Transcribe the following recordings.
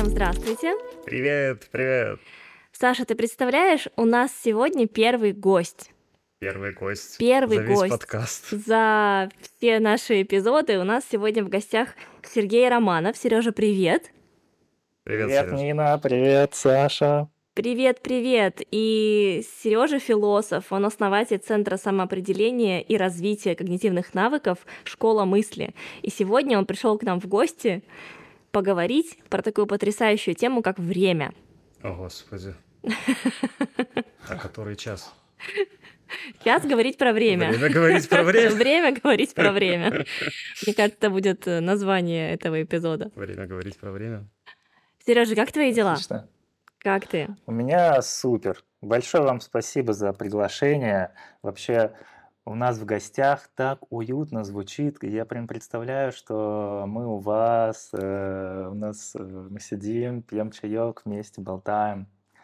Всем здравствуйте. Привет, привет. Саша, ты представляешь, у нас сегодня первый гость. Первый гость Первый за весь гость подкаст. за все наши эпизоды. У нас сегодня в гостях Сергей Романов. Сережа, привет. Привет, Привет, Сереж. Нина, привет, Саша. Привет, привет. И Сережа философ, он основатель Центра самоопределения и развития когнитивных навыков «Школа мысли». И сегодня он пришел к нам в гости поговорить про такую потрясающую тему, как время. О, Господи. А который час? Сейчас говорить про время. Время говорить про время. Время говорить про время. Мне кажется, это будет название этого эпизода. Время говорить про время. Сережа, как твои дела? Отлично. Как ты? У меня супер. Большое вам спасибо за приглашение. Вообще, у нас в гостях так уютно звучит. Я прям представляю, что мы у вас, мы сидим, пьем чаек вместе, болтаем.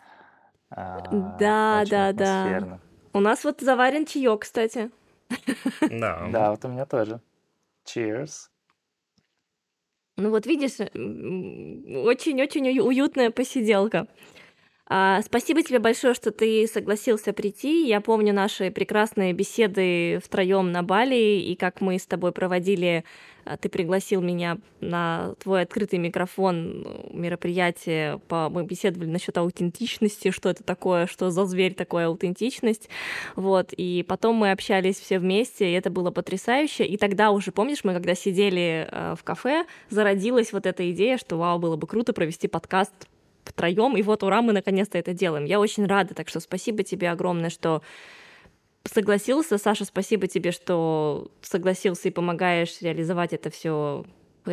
Да. Очень атмосферно. У нас вот заварен чаек, кстати. Да. Да, вот у меня тоже. Cheers. Ну вот видишь, очень-очень уютная посиделка. Спасибо тебе большое, что ты согласился прийти. Я помню наши прекрасные беседы втроем на Бали, и как мы с тобой проводили, ты пригласил меня на твой открытый микрофон мероприятие, мы беседовали насчет аутентичности, что это такое, что за зверь такое аутентичность. Вот, и потом мы общались все вместе, и это было потрясающе. И тогда уже, помнишь, мы когда сидели в кафе, зародилась вот эта идея, что вау, было бы круто провести подкаст втроем, и вот ура, мы наконец-то это делаем. Я очень рада, так что спасибо тебе огромное, что согласился. Саша, спасибо тебе, что согласился и помогаешь реализовать это все.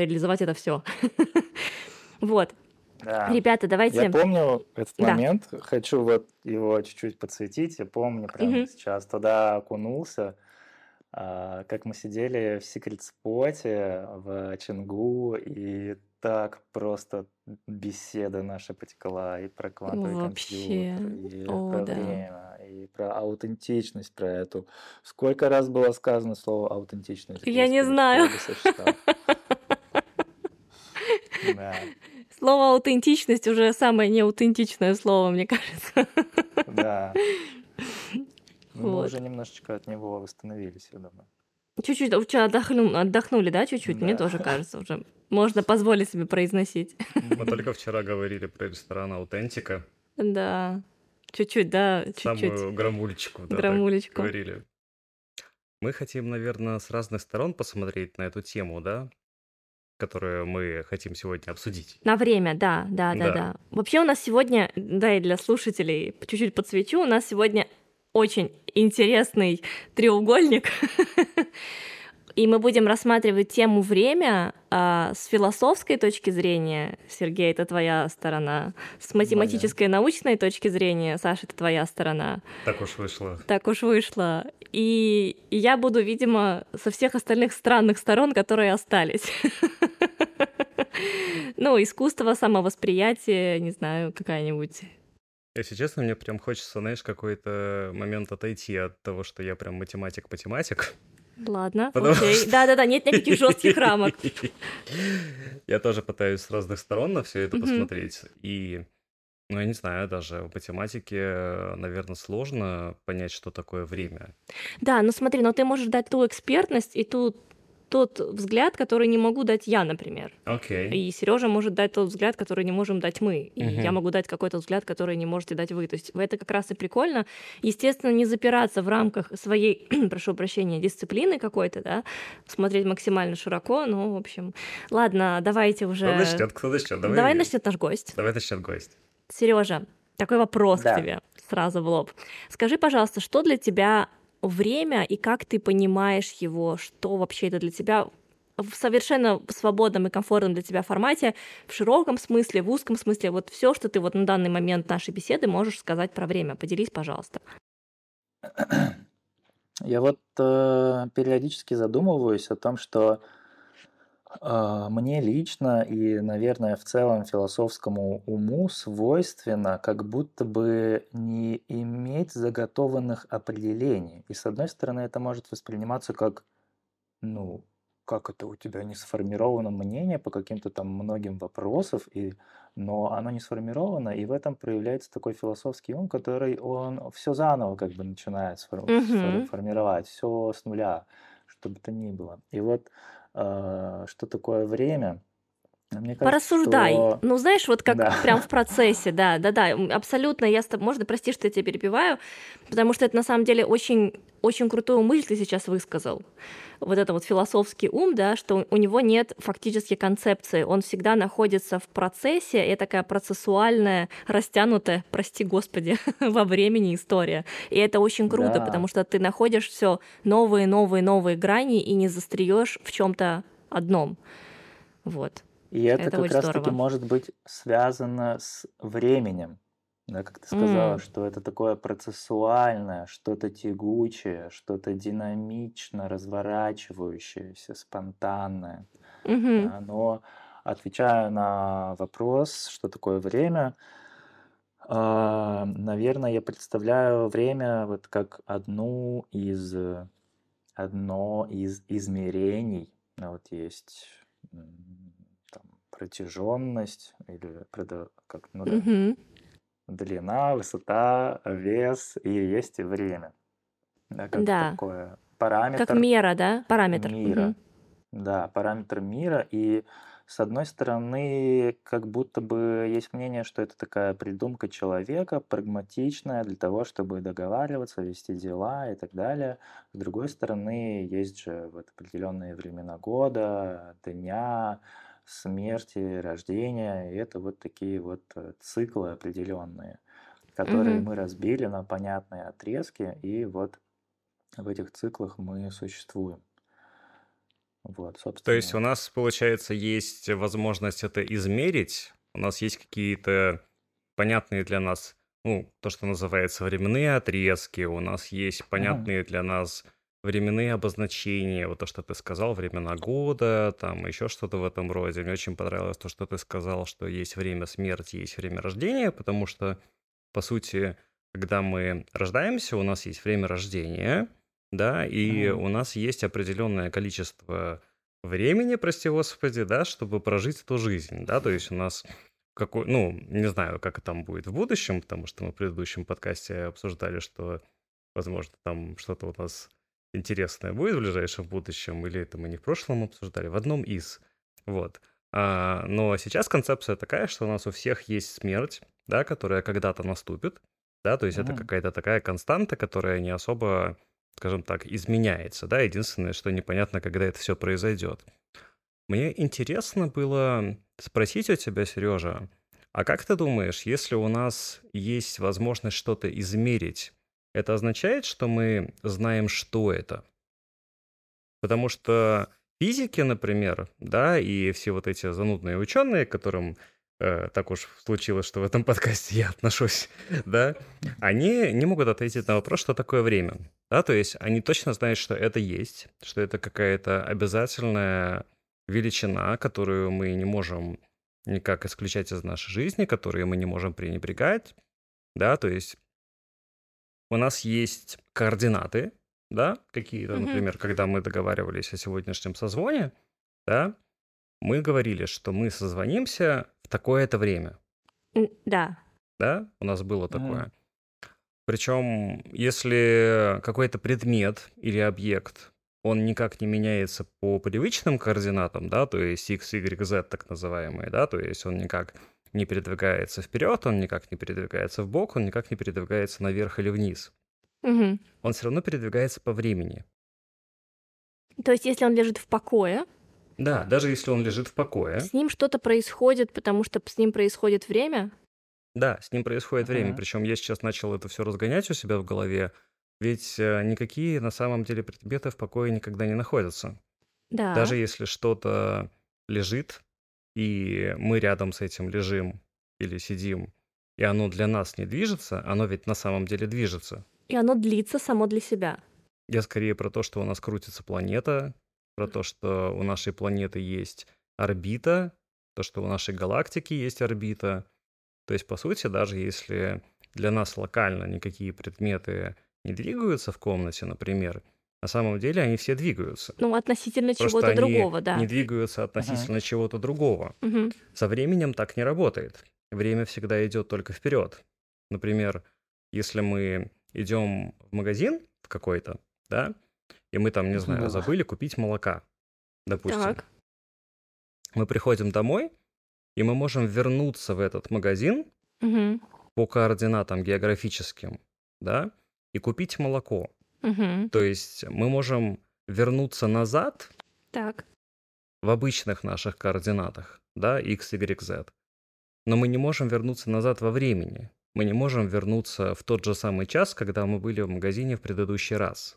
Вот. Да. Ребята, давайте... Я помню этот Да. момент, хочу вот его чуть-чуть подсветить. Я помню прямо сейчас, туда окунулся, как мы сидели в секрет-споте в Чингу, и так просто беседа наша потекла и про квантовый Вообще. компьютер, и О, про да. время, и про аутентичность, про эту. Сколько раз было сказано слово аутентичность? Я не Господи, знаю. кто бы сосчитал. Да, Слово аутентичность уже самое неаутентичное слово, мне кажется. да. Ну, мы Вот. уже немножечко от него восстановились, я думаю. Чуть-чуть отдохнули, да, чуть-чуть? Мне Да. тоже кажется, уже можно позволить себе произносить. Мы только вчера говорили про ресторан «Аутентика». Да, чуть-чуть, да, чуть-чуть. Самую грамулечку, да, так Грамулечку. говорили. Мы хотим, наверное, с разных сторон посмотреть на эту тему, да, которую мы хотим сегодня обсудить. На время, да. Да. Вообще у нас сегодня, да, и для слушателей чуть-чуть подсвечу, у нас сегодня очень интересный треугольник. И мы будем рассматривать тему «время» с философской точки зрения. Сергей, это твоя сторона. С математической, научной точки зрения, Саша, это твоя сторона. Так уж вышло. Так уж вышло. И я буду, видимо, со всех остальных странных сторон, которые остались. Ну, искусство, самовосприятие, не знаю, какая-нибудь. Если честно, мне прям хочется, знаешь, какой-то момент отойти от того, что я прям математик-математик. Ладно, Потому окей. что- Да, нет никаких жестких рамок. Я тоже пытаюсь с разных сторон на все это Мгм. посмотреть. И, ну, я не знаю, даже в математике, наверное, сложно понять, что такое время. Да, ну смотри, но ты можешь дать ту экспертность и тот взгляд, который не могу дать я, например. Окей. И Сережа может дать тот взгляд, который не можем дать мы. И Мгм. я могу дать какой-то взгляд, который не можете дать вы. То есть это как раз и прикольно. Естественно, не запираться в рамках своей, прошу прощения, дисциплины какой-то, да, смотреть максимально широко. Ну, в общем, ладно, давайте уже... Кто начнет? Давай начнет наш гость. Давай начнет гость. Сережа, такой вопрос Да. к тебе сразу в лоб. Скажи, пожалуйста, что для тебя время и как ты понимаешь его, что вообще это для тебя в совершенно свободном и комфортном для тебя формате, в широком смысле, в узком смысле, вот все, что ты вот на данный момент нашей беседы можешь сказать про время. Поделись, пожалуйста. Я вот периодически задумываюсь о том, что мне лично и, наверное, в целом философскому уму свойственно как будто бы не иметь заготованных определений. И с одной стороны, это может восприниматься как, ну, как это у тебя не сформировано мнение по каким-то там многим вопросам, и но оно не сформировано, и в этом проявляется такой философский ум, который он все заново как бы начинает Мгм. формировать, все с нуля, что бы то ни было. И вот что такое время? Мне кажется, Порассуждай. что Ну, знаешь, вот как да, прям в процессе, да, да-да, абсолютно я с тобой, можно, прости, что я тебя перебиваю, потому что это на самом деле очень, очень крутую мысль ты сейчас высказал. Вот это вот философский ум, да, что у него нет фактически концепции, он всегда находится в процессе, и такая процессуальная, растянутая, прости господи, во времени история. И это очень круто, потому да. что ты находишь все новые, новые, новые грани и не застреешь в чем-то одном. Вот. И это Это как очень раз-таки здорово. может быть связано с временем. Да, как ты сказала, М. что это такое процессуальное, что-то тягучее, что-то динамично разворачивающееся, спонтанное. Мгм. Да, но отвечая на вопрос, что такое время, наверное, я представляю время вот как одно из измерений. Вот есть там, протяженность или как, ну да, Мгм. длина, высота, вес и есть и время. Да, как Да. такое Как параметр мера, да? Параметр. Мгм. мира. Да, параметр мира. И с одной стороны, как будто бы есть мнение, что это такая придумка человека, прагматичная для того, чтобы договариваться, вести дела и так далее. С другой стороны, есть же вот определенные времена года, дня, смерти, рождения. И это вот такие вот циклы определенные, которые Мгм. мы разбили на понятные отрезки, и вот в этих циклах мы существуем. Вот, То есть у собственно. нас, получается, есть возможность это измерить, у нас есть какие-то понятные для нас, ну, то, что называется временные отрезки, у нас есть Мгм. понятные для нас временные обозначения, вот то, что ты сказал, времена года, там еще что-то в этом роде. Мне очень понравилось то, что ты сказал, что есть время смерти, есть время рождения, потому что, по сути, когда мы рождаемся, у нас есть время рождения, да, и Мгм. у нас есть определенное количество времени, прости господи, да, чтобы прожить эту жизнь, да, то есть у нас какой, ну, не знаю, как там будет в будущем, потому что мы в предыдущем подкасте обсуждали, что, возможно, там что-то у нас интересное будет в ближайшем будущем, или это мы не в прошлом обсуждали, в одном из, вот. Но сейчас концепция такая, что у нас у всех есть смерть, да, которая когда-то наступит, да, то есть это Мгм. какая-то такая константа, которая не особо, скажем так, изменяется, да, единственное, что непонятно, когда это все произойдет. Мне интересно было спросить у тебя, Сережа, а как ты думаешь, если у нас есть возможность что-то измерить, это означает, что мы знаем, что это? Потому что физики, например, да, и все вот эти занудные ученые, к которым так уж случилось, что в этом подкасте я отношусь, да, они не могут ответить на вопрос, что такое время. Да, то есть они точно знают, что это есть, что это какая-то обязательная величина, которую мы не можем никак исключать из нашей жизни, которую мы не можем пренебрегать, да, то есть у нас есть координаты, да, какие-то, Мгм. например, когда мы договаривались о сегодняшнем созвоне, да, мы говорили, что мы созвонимся в такое-то время, Да. да, у нас было Мгм. такое. Причем, если какой-то предмет или объект, он никак не меняется по привычным координатам, да, то есть x, y, z так называемые, да, то есть он никак не передвигается вперед, он никак не передвигается в бок, он никак не передвигается наверх или вниз. Мгм. Он все равно передвигается по времени. То есть, если он лежит в покое, Да, даже если он лежит в покое, с ним что-то происходит, потому что с ним происходит время? да, с ним происходит время. Мгм. Причем я сейчас начал это все разгонять у себя в голове, ведь никакие на самом деле предметы в покое никогда не находятся. Да. Даже если что-то лежит, и мы рядом с этим лежим или сидим, и оно для нас не движется, оно ведь на самом деле движется. И оно длится само для себя. Я скорее про то, что у нас крутится планета, про то, что у нашей планеты есть орбита, то, что у нашей галактики есть орбита. То есть, по сути, даже если для нас локально никакие предметы не двигаются в комнате, например, На самом деле они все двигаются. Ну, относительно Просто чего-то они другого, не да. двигаются Мгм. относительно чего-то другого. Мгм. Со временем так не работает. Время всегда идет только вперед. Например, если мы идем в магазин в какой-то, да, и мы там, не знаю, Да. забыли купить молока, допустим. Так. Мы приходим домой, и мы можем вернуться в этот магазин Мгм. по координатам географическим, да, и купить молоко. Мгм. То есть мы можем вернуться назад Так. в обычных наших координатах, да, x, y, z. Но мы не можем вернуться назад во времени. Мы не можем вернуться в тот же самый час, когда мы были в магазине в предыдущий раз.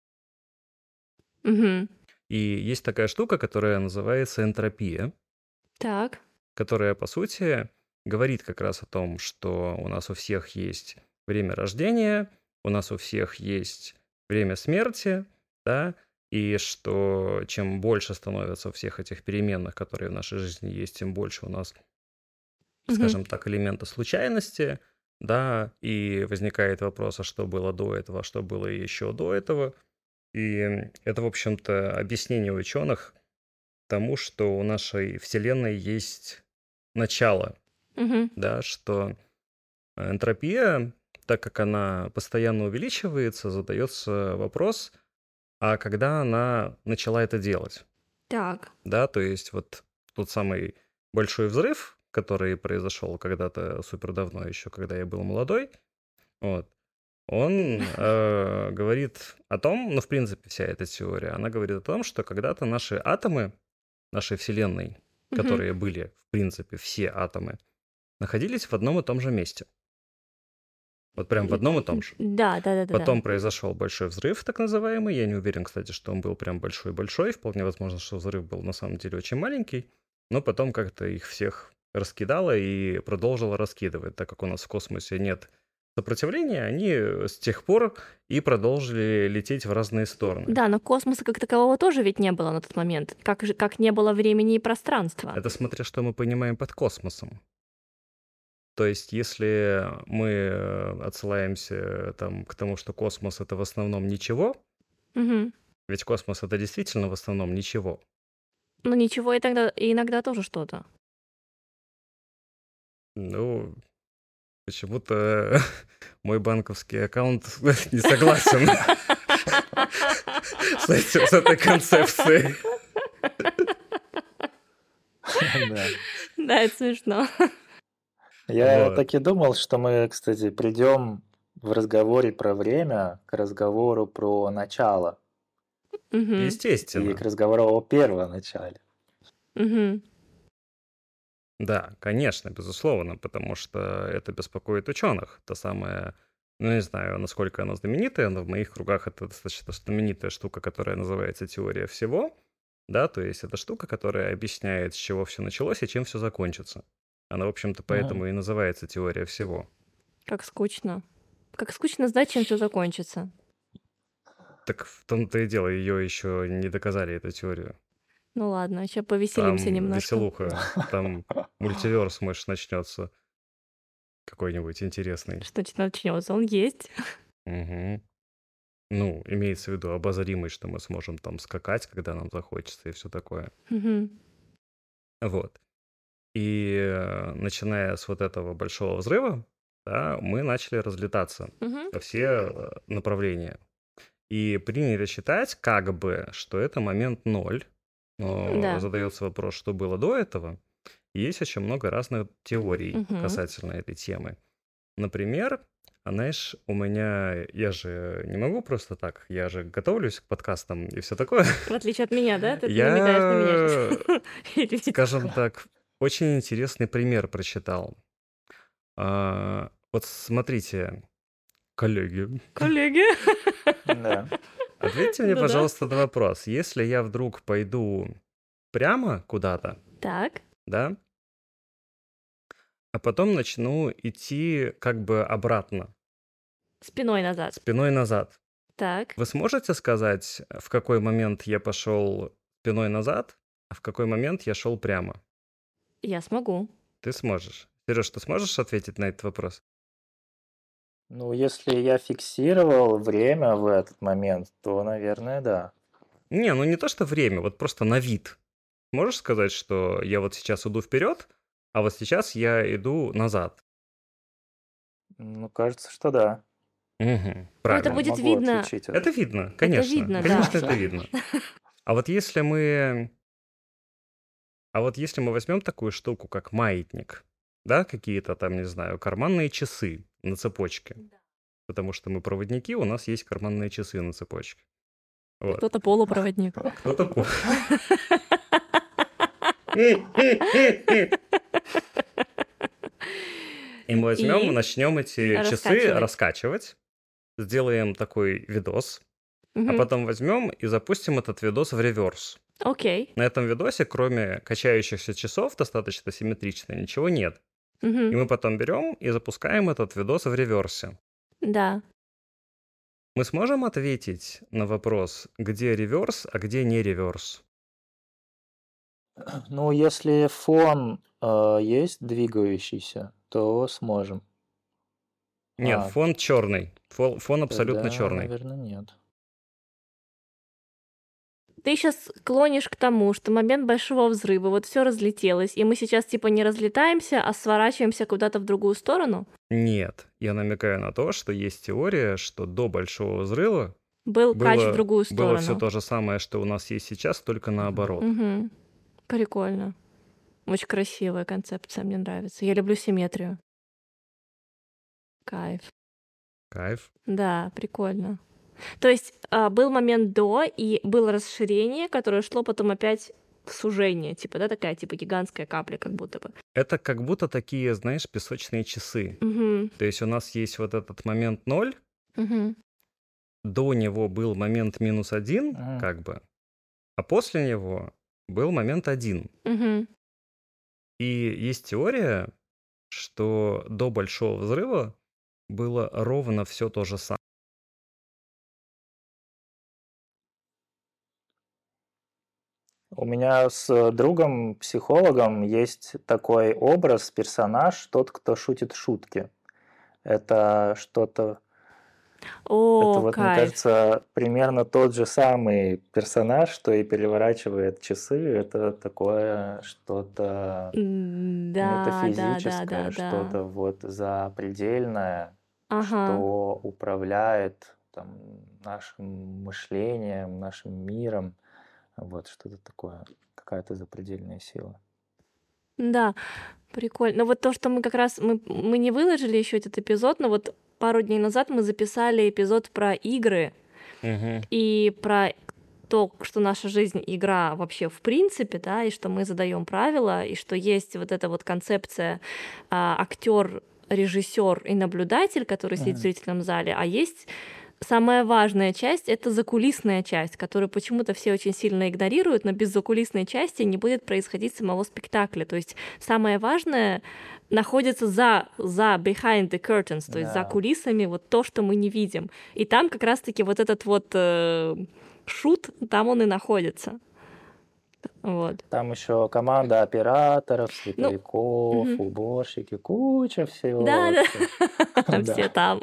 Мгм. И есть такая штука, которая называется энтропия, Так. которая, по сути, говорит как раз о том, что у нас у всех есть время рождения, у нас у всех есть время смерти, да, и что чем больше становится всех этих переменных, которые в нашей жизни есть, тем больше у нас, Мгм. скажем так, элемента случайности, да, и возникает вопрос, а что было до этого, а что было еще до этого. И это, в общем-то, объяснение ученых тому, что у нашей Вселенной есть начало, Мгм. да, что энтропия, так как она постоянно увеличивается, задается вопрос, а когда она начала это делать, Так. да, то есть вот тот самый большой взрыв, который произошел когда-то супер давно еще, когда я был молодой, вот, он говорит о том, ну, в принципе, вся эта теория, она говорит о том, что когда-то наши атомы нашей Вселенной, Мгм. которые были, в принципе, все атомы, находились в одном и том же месте. Вот прям в одном и том же. Да, да-да-да-да. Потом произошел большой взрыв, так называемый. Я не уверен, кстати, что он был прям большой-большой. Вполне возможно, что взрыв был на самом деле очень маленький. Но потом как-то их всех раскидало и продолжило раскидывать. Так как у нас в космосе нет сопротивления, они с тех пор и продолжили лететь в разные стороны. Да, но космоса как такового тоже ведь не было на тот момент. Как не было времени и пространства. Это смотря что мы понимаем под космосом. То есть, если мы отсылаемся там, к тому, что космос — это в основном ничего, Мгм. ведь космос — это действительно в основном ничего. Ну ничего, и иногда тоже что-то. Ну, почему-то мой банковский аккаунт не согласен с этой концепцией. Да. Да, это смешно. Я Вот. так и думал, что мы, кстати, придем в разговоре про время к разговору про начало Мгм. и Естественно. к разговору о первоначале. Мгм. Да, конечно, безусловно, потому что это беспокоит ученых. Та самая, ну не знаю, насколько она знаменитая, но в моих кругах это достаточно знаменитая штука, которая называется теория всего. Да, то есть это штука, которая объясняет, с чего все началось и чем все закончится. Она, в общем-то, Мгм. поэтому и называется теория всего. Как скучно. Как скучно знать, чем все закончится. Так в том-то и дело, ее еще не доказали, эту теорию. Ну ладно, еще повеселимся Там немножко. веселуха, там мультиверс, может, начнется какой-нибудь интересный. Что начнется? Он есть. Угу. Ну, имеется в виду обозримый, что мы сможем там скакать, когда нам захочется, и все такое. Мгм. Вот. И начиная с вот этого большого взрыва, да, мы начали разлетаться Мгм. во все направления. И принято считать, как бы, что это момент ноль. Но Да. задается вопрос, что было до этого. И есть очень много разных теорий Мгм. касательно этой темы. Например, знаешь, у меня, я же не могу просто так, я же готовлюсь к подкастам и все такое. В отличие от меня, да? Ты намекаешь на меня Я, сейчас. скажем так, очень интересный пример прочитал. Вот смотрите, коллеги, Коллеги. Да. ответьте мне, Ну да. пожалуйста, на вопрос. Если я вдруг пойду прямо куда-то, Так. да, а потом начну идти как бы обратно, Спиной назад. спиной назад, Так. вы сможете сказать, в какой момент я пошел спиной назад, а в какой момент я шел прямо? Я смогу. Ты сможешь. Сереж, ты сможешь ответить на этот вопрос? Ну, если я фиксировал время в этот момент, то, наверное, да. Не, ну не то, что время, вот просто на вид. Можешь сказать, что я вот сейчас иду вперед, а вот сейчас я иду назад? Ну, кажется, что да. Угу, Ну, это правильно. будет Могу видно. отличить Это это. видно, Это конечно. видно, Конечно, да. это видно. А вот если мы возьмем такую штуку, как маятник, да, какие-то там, не знаю, карманные часы на цепочке, потому что мы проводники, у нас есть карманные часы на цепочке. Вот. Кто-то полупроводник. Кто-то И мы возьмем, И начнем эти часы раскачивать. раскачивать, сделаем такой видос, а Мгм. потом возьмем и запустим этот видос в реверс. Окей. На этом видосе, кроме качающихся часов, достаточно симметрично, ничего нет. И Мгм. мы потом берем и запускаем этот видос в реверсе. Да. Мы сможем ответить на вопрос, где реверс, а где не реверс? Ну, если фон есть двигающийся, то сможем. Нет, А, фон черный. Фон абсолютно тогда, черный. наверное, нет. Ты сейчас клонишь к тому, что момент большого взрыва, вот все разлетелось, и мы сейчас типа не разлетаемся, а сворачиваемся куда-то в другую сторону? Нет, я намекаю на то, что есть теория, что до Большого взрыва Был кач в другую было все сторону. то же самое, что у нас есть сейчас, только наоборот. Мгм. Прикольно. Очень красивая концепция, мне нравится. Я люблю симметрию. Кайф. Кайф. Да, прикольно. То есть был момент до, и было расширение, которое шло потом опять в сужение, типа, да, такая, типа, гигантская капля, как будто бы. Это как будто такие, знаешь, песочные часы. Мгм. То есть у нас есть вот этот момент 0, Мгм. до него был момент -1, Мгм. как бы, а после него был момент 1. Мгм. И есть теория, что до Большого взрыва было ровно все то же самое. У меня с другом-психологом есть такой образ, персонаж, тот, кто шутит шутки. Это что-то... Это О, вот, мне кайф. кажется, примерно тот же самый персонаж, что и переворачивает часы. Это такое что-то Да, да, да, метафизическое, да, да. что-то вот запредельное, Ага. что управляет там, нашим мышлением, нашим миром. Вот что-то такое, какая-то запредельная сила. Да, прикольно. Но вот то, что мы как раз мы не выложили еще этот эпизод, но вот пару дней назад мы записали эпизод про игры Мгм. и про то, что наша жизнь игра вообще в принципе, да, и что мы задаем правила, и что есть вот эта вот концепция актер, режиссер и наблюдатель, который сидит в Мгм. зрительном зале, а есть самая важная часть — это закулисная часть, которую почему-то все очень сильно игнорируют, но без закулисной части не будет происходить самого спектакля. То есть самое важное находится за behind the curtains, то есть за Да. кулисами, вот то, что мы не видим. И там как раз-таки вот этот вот шут, там он и находится. Вот. Там еще команда операторов, Ну, световиков, мгм. уборщики, куча всего Да, вообще. да, Да. все там.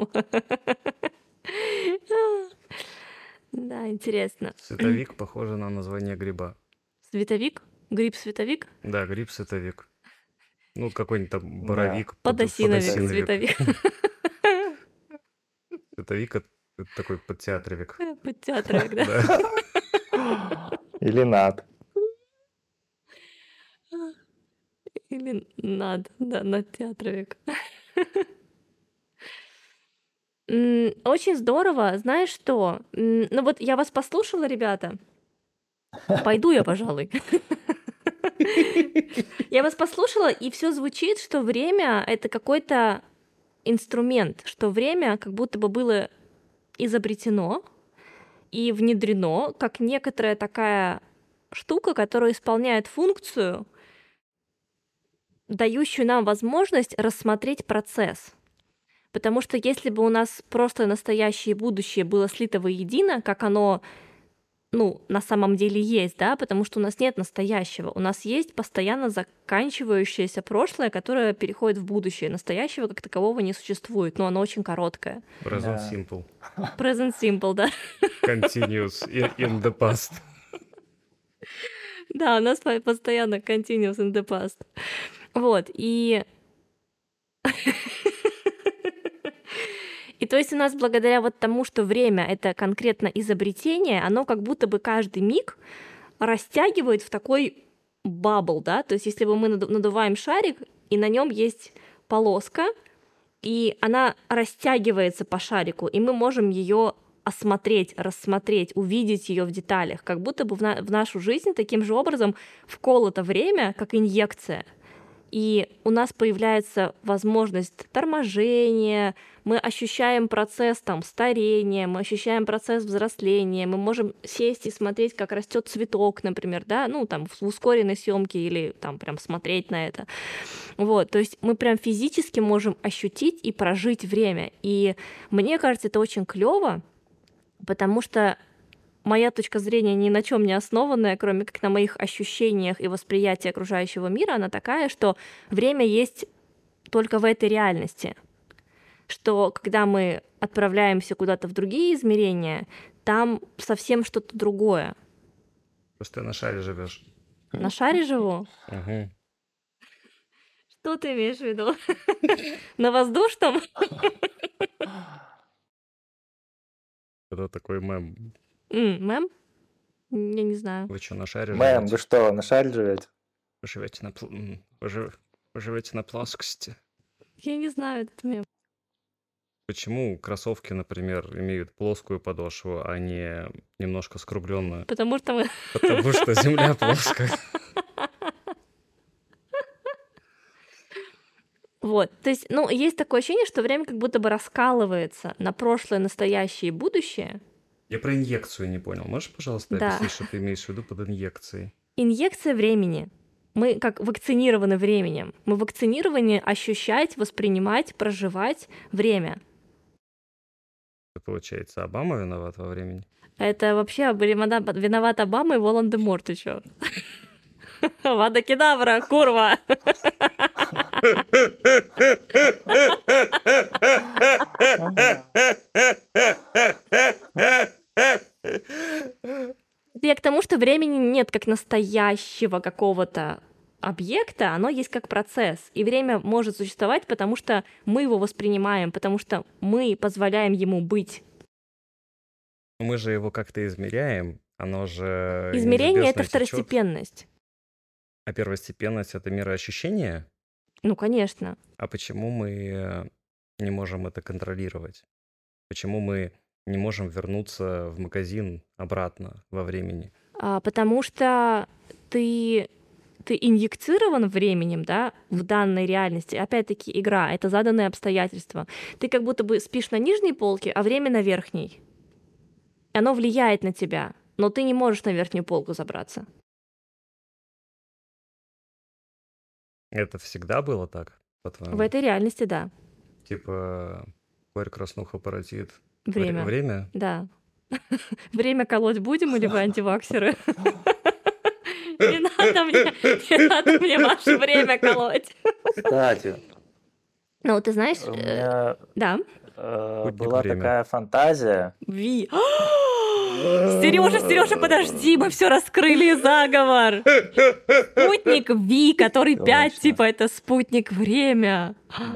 Да, интересно. Световик похоже на название гриба. Световик? Гриб-световик? Да, гриб-световик. Ну, какой-нибудь там боровик, Подосиновик, подосиновик. световик. Световик — это такой подтеатровик. Подтеатровик, да. Да. Или над. Или надтеатровик. Очень здорово. Знаешь что? Ну вот я вас послушала, ребята. Пойду я, пожалуй. Я вас послушала, и все звучит, что время — это какой-то инструмент, что время как будто бы было изобретено и внедрено как некоторая такая штука, которая исполняет функцию, дающую нам возможность рассмотреть процесс. Потому что если бы у нас просто настоящее и будущее было слито воедино, как оно ну, на самом деле есть, да, потому что у нас нет настоящего. У нас есть постоянно заканчивающееся прошлое, которое переходит в будущее. Настоящего как такового не существует, но оно очень короткое. Present Да. simple. Present simple, да. Continuous in the past. Да, у нас постоянно continuous in the past. Вот, и... И то есть у нас благодаря вот тому, что время — это конкретно изобретение, оно как будто бы каждый миг растягивает в такой бабл, да? То есть если бы мы надуваем шарик, и на нем есть полоска, и она растягивается по шарику, и мы можем ее осмотреть, рассмотреть, увидеть ее в деталях, как будто бы в нашу жизнь таким же образом вколото время, как инъекция. И у нас появляется возможность торможения, мы ощущаем процесс там старения, мы ощущаем процесс взросления, мы можем сесть и смотреть, как растет цветок, например, да, ну там в ускоренной съемке или там прям смотреть на это. Вот, то есть мы прям физически можем ощутить и прожить время. И мне кажется, это очень клево, потому что моя точка зрения ни на чем не основанная, кроме как на моих ощущениях и восприятии окружающего мира, она такая, что время есть только в этой реальности. Что когда мы отправляемся куда-то в другие измерения, там совсем что-то другое. Просто ты на шаре живешь. На шаре живу? Угу. Что ты имеешь в виду? На воздушном? Это такой мем. Мем? Я не знаю. Вы что, на шаре Мэм, живете? вы что, на шаре живете? Вы живете на плоскости. Я не знаю этот мем. Почему кроссовки, например, имеют плоскую подошву, а не немножко скругленную? Потому что мы... Потому что Земля плоская. Вот, то есть, ну, есть такое ощущение, что время как будто бы раскалывается на прошлое, настоящее и будущее. Я про инъекцию не понял. Можешь, пожалуйста, Да. объяснить, что ты имеешь в виду под инъекцией? Инъекция времени. Мы как вакцинированы временем. Мы вакцинированы ощущать, воспринимать, проживать время. Это, получается, Обама виноват во времени? Это вообще виноват Обама и Волан-де-Морт, ты чё? Вада кедавра, курва! Я к тому, что времени нет как настоящего какого-то объекта, оно есть как процесс. И время может существовать, потому что мы его воспринимаем, потому что мы позволяем ему быть. Мы же его как-то измеряем, оно же Измерение — это неизбежно течет. второстепенность. А первостепенность — это мироощущение? Ну, конечно. А почему мы не можем это контролировать? Почему мы не можем вернуться в магазин обратно во времени? Потому что ты инъектирован временем, да, в данной реальности. Опять-таки, игра — это заданные обстоятельства. Ты как будто бы спишь на нижней полке, а время на верхней. Оно влияет на тебя, но ты не можешь на верхнюю полку забраться. Это всегда было так, В по-твоему? этой реальности, да. Типа, хорь, краснуха, паротит. Время. Время? Да. Время колоть будем или вы антиваксеры? Не надо мне ваше время колоть. Кстати, Ну, ты знаешь, у меня да. была время. такая фантазия. Ви. Сережа, подожди, мы все раскрыли заговор. Спутник Ви, который 5, Точно. типа, это спутник время.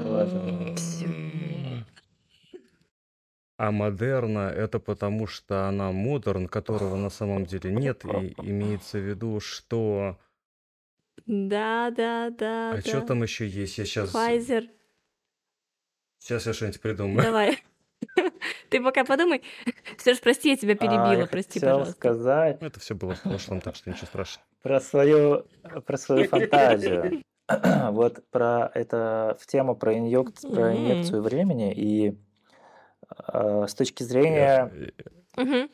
А модерна — это потому, что она модерн, которого на самом деле нет, и имеется в виду, что... Да. А что там еще есть? Я сейчас Pfizer. я что-нибудь придумаю. Давай. Ты пока подумай. Сереж, прости, я тебя перебила, Я прости, хотел пожалуйста. сказать Это все было в прошлом, так что ничего страшного. про свою фантазию. Вот про это в тему про инъекцию времени и с точки зрения Мгм.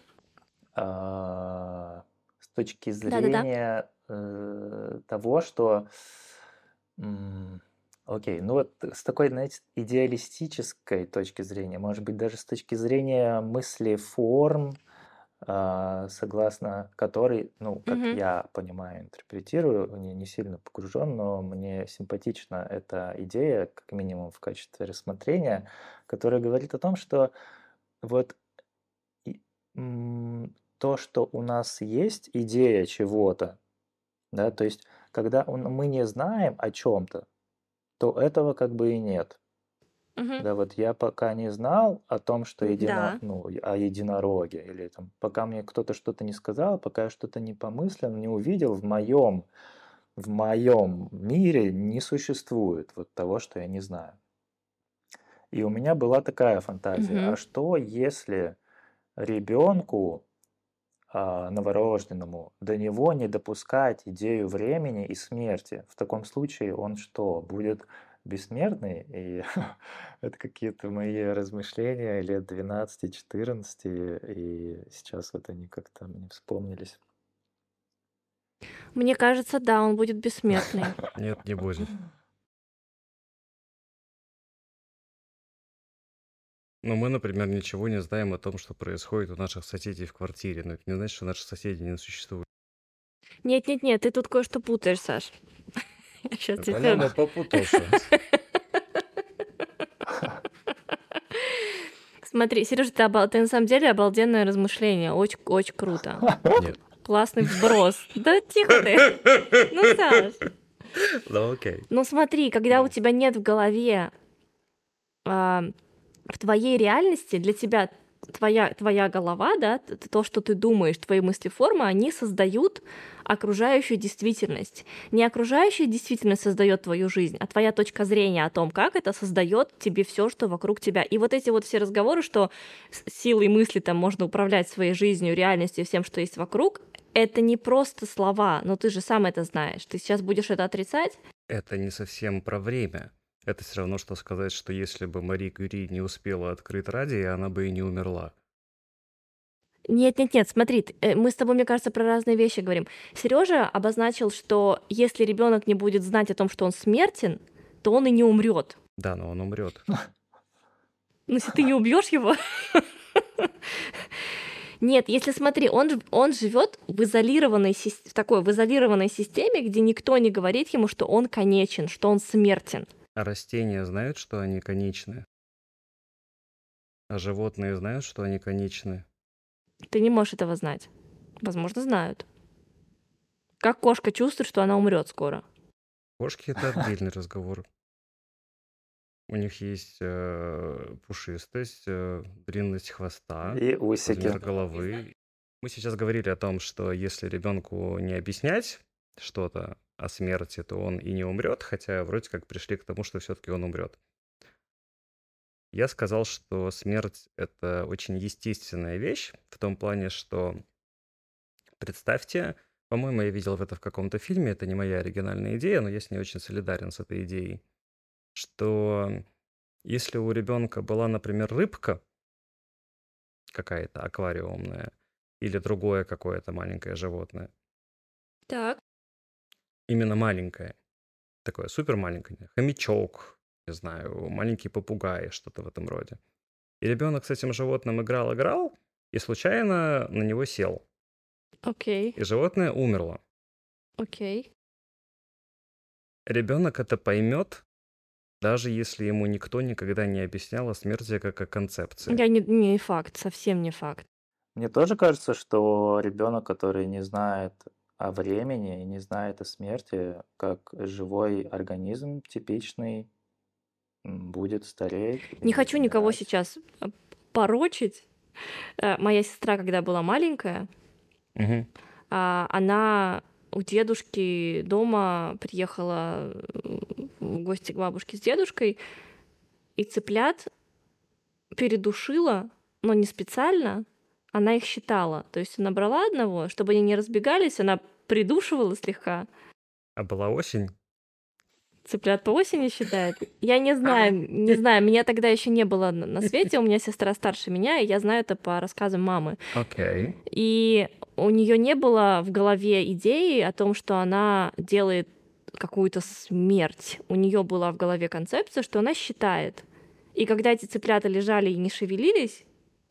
с точки Да-да-да. зрения того, что окей, ну вот с такой, знаете, идеалистической точки зрения, может быть, даже с точки зрения мысли форм, согласно которой, ну, как Мгм. я понимаю, интерпретирую, не сильно погружен, но мне симпатична эта идея, как минимум в качестве рассмотрения, которая говорит о том, что вот то, что у нас есть идея чего-то, да, то есть когда мы не знаем о чем-то, то этого как бы и нет. Мгм. Да, вот я пока не знал о том, что Да. о единороге, или там, пока мне кто-то что-то не сказал, пока я что-то не помыслил, не увидел, в моем мире не существует вот того, что я не знаю. И у меня была такая фантазия, а Мгм. что если ребенку новорожденному, до него не допускать идею времени и смерти. В таком случае он что, будет бессмертный? И это какие-то мои размышления лет 12-14, и сейчас вот они как-то мне вспомнились. Мне кажется, да, он будет бессмертный. Нет, не будет. Но мы, например, ничего не знаем о том, что происходит у наших соседей в квартире. Но это не значит, что наши соседи не существуют. Нет, ты тут кое-что путаешь, Саш. Я сейчас тебе По-моему, попутался. Смотри, Сережа, ты на самом деле обалденное размышление. Очень, очень круто. Нет. Классный вброс. Да тихо ты. Ну, Саш. Ну, окей. Ну, смотри, когда у тебя нет в голове, в твоей реальности, для тебя твоя голова, да, то, что ты думаешь, твои мыслеформы, они создают окружающую действительность. Не окружающая действительность создает твою жизнь, а твоя точка зрения о том, как это создает тебе все, что вокруг тебя. И вот эти вот все разговоры, что силой мысли там можно управлять своей жизнью, реальностью, всем, что есть вокруг, это не просто слова, но ты же сам это знаешь. Ты сейчас будешь это отрицать? Это не совсем про время. Это все равно, что сказать, что если бы Мари Кюри не успела открыть радий, она бы и не умерла. Нет, смотри, мы с тобой, мне кажется, про разные вещи говорим. Сережа обозначил, что если ребенок не будет знать о том, что он смертен, то он и не умрет. Да, но он умрет. Ну, если ты не убьешь его. Нет, если смотри, он живет в изолированной системе, где никто не говорит ему, что он конечен, что он смертен. А растения знают, что они конечны? А животные знают, что они конечны? Ты не можешь этого знать. Возможно, знают. Как кошка чувствует, что она умрет скоро? Кошки — это отдельный разговор. У них есть пушистость, длинность хвоста, И усики. размер головы. Мы сейчас говорили о том, что если ребенку не объяснять что-то о смерти, то он и не умрет, хотя вроде как пришли к тому, что все-таки он умрет. Я сказал, что смерть — это очень естественная вещь, в том плане, что представьте, по-моему, я видел это в каком-то фильме, это не моя оригинальная идея, но я с ней очень солидарен, с этой идеей, что если у ребенка была, например, рыбка какая-то аквариумная или другое какое-то маленькое животное, Так. именно маленькое, такое супер маленькое, хомячок, не знаю, маленький попугай, что-то в этом роде. И ребенок с этим животным играл, и случайно на него сел. Окей. И животное умерло. Окей. Ребенок это поймет, даже если ему никто никогда не объяснял о смерти как о концепции. Не факт, совсем не факт. Мне тоже кажется, что ребенок, который не знает о времени и не знает о смерти, как живой организм типичный, будет стареть Не и хочу никого умирать. сейчас порочить. Моя сестра, когда была маленькая, Мгм. она у дедушки дома приехала в гости к бабушке с дедушкой, и цыплят передушила, но не специально. Она их считала. То есть она брала одного, чтобы они не разбегались, она придушивала слегка. А была осень? Цыплят по осени считает? Я не знаю, меня тогда еще не было на свете, у меня сестра старше меня, и я знаю это по рассказам мамы. Окей. И у нее не было в голове идеи о том, что она делает какую-то смерть. У нее была в голове концепция, что она считает. И когда эти цыплята лежали и не шевелились,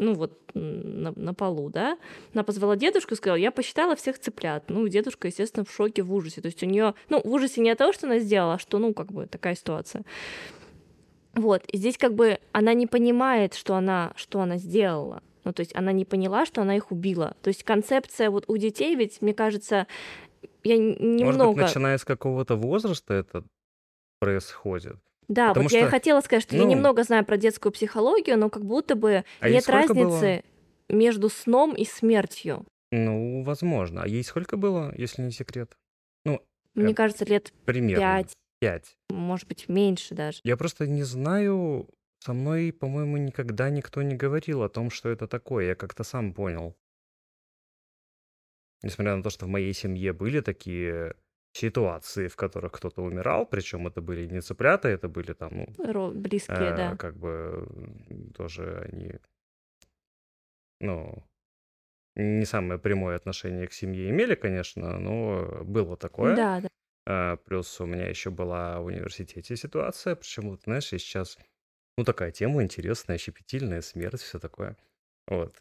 ну вот на полу, да. Она позвала дедушку и сказала: я посчитала всех цыплят. Ну, дедушка, естественно, в шоке, в ужасе. То есть у нее, ну, в ужасе не от того, что она сделала, а что, ну, как бы такая ситуация. Вот, и здесь как бы она не понимает, что она сделала. Ну, то есть она не поняла, что она их убила. То есть концепция вот у детей, ведь, мне кажется, я Может быть, немного... начиная с какого-то возраста это происходит? Да, Потому вот я и что, хотела сказать, что я ну, немного знаю про детскую психологию, но как будто бы а ей нет сколько было? разницы между сном и смертью. Ну, возможно. А ей сколько было, если не секрет? Ну, Мне кажется, лет примерно. 5, 5. может быть, меньше даже. Я просто не знаю, со мной, по-моему, никогда никто не говорил о том, что это такое. Я как-то сам понял. Несмотря на то, что в моей семье были такие ситуации, в которых кто-то умирал, причем это были не цыплята, это были там, ну, Близкие, да. как бы тоже они, ну, не самое прямое отношение к семье имели, конечно, но было такое. Да, да. Плюс у меня еще была в университете ситуация, причем, вот, знаешь, я сейчас, ну, такая тема интересная, щепетильная, смерть, все такое. Вот.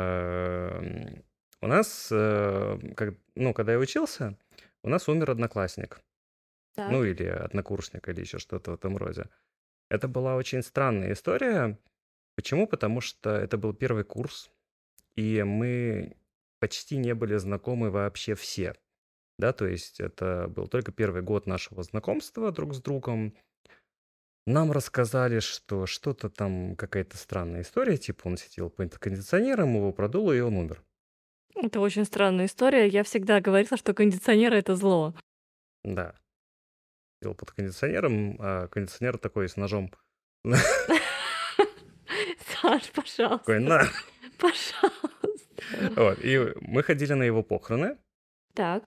У нас, ну, когда я учился, у нас умер одноклассник. Ну, Так. или однокурсник, или еще что-то в этом роде. Это была очень странная история. Почему? Потому что это был первый курс, и мы почти не были знакомы вообще все. Да, то есть это был только первый год нашего знакомства друг с другом. Нам рассказали, что что-то там, какая-то странная история, типа он сидел под кондиционером, его продуло, и он умер. Это очень странная история. Я всегда говорила, что кондиционеры — это зло. Да, сидел под кондиционером, а кондиционер такой с ножом. Саш, Такой, пожалуйста, на! пожалуйста. Вот, и мы ходили на его похороны. Так.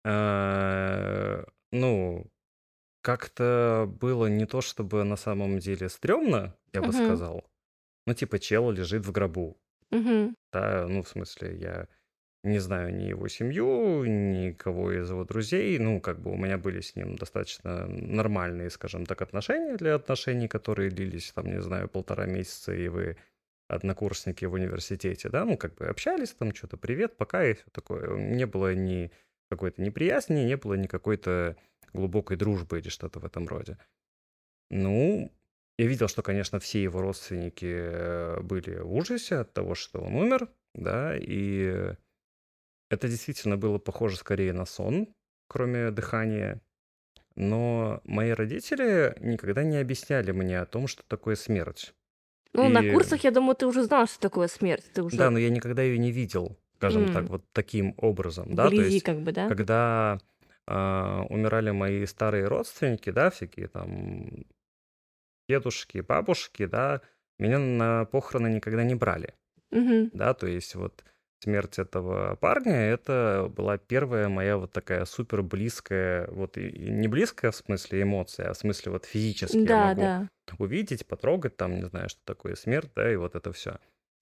Ну, как-то было не то чтобы на самом деле стрёмно, я бы Мгм. сказал. Ну, типа, чел лежит в гробу. Мгм. Да, ну, в смысле, я не знаю ни его семью, никого из его друзей. Ну, как бы у меня были с ним достаточно нормальные, скажем так, отношения для отношений, которые длились, там, не знаю, 1,5 месяца, и вы однокурсники в университете, да, ну, как бы общались там, что-то привет, пока и все такое. Не было ни какой-то неприязни, не было ни какой-то глубокой дружбы или что-то в этом роде. Ну, я видел, что, конечно, все его родственники были в ужасе от того, что он умер, да, и это действительно было похоже скорее на сон, кроме дыхания. Но мои родители никогда не объясняли мне о том, что такое смерть. Ну, на И курсах, я думаю, ты уже знал, что такое смерть. Ты да, уже но я никогда ее не видел, скажем так, вот таким образом, да, то вблизи есть, как бы, да? когда умирали мои старые родственники, да, всякие там дедушки, бабушки, да, меня на похороны никогда не брали, Мгм. да, то есть вот смерть этого парня, это была первая моя вот такая супер близкая, вот и не близкая в смысле эмоция, а в смысле вот физически я Да, могу да. увидеть, потрогать, там, не знаю, что такое смерть, да, и вот это все.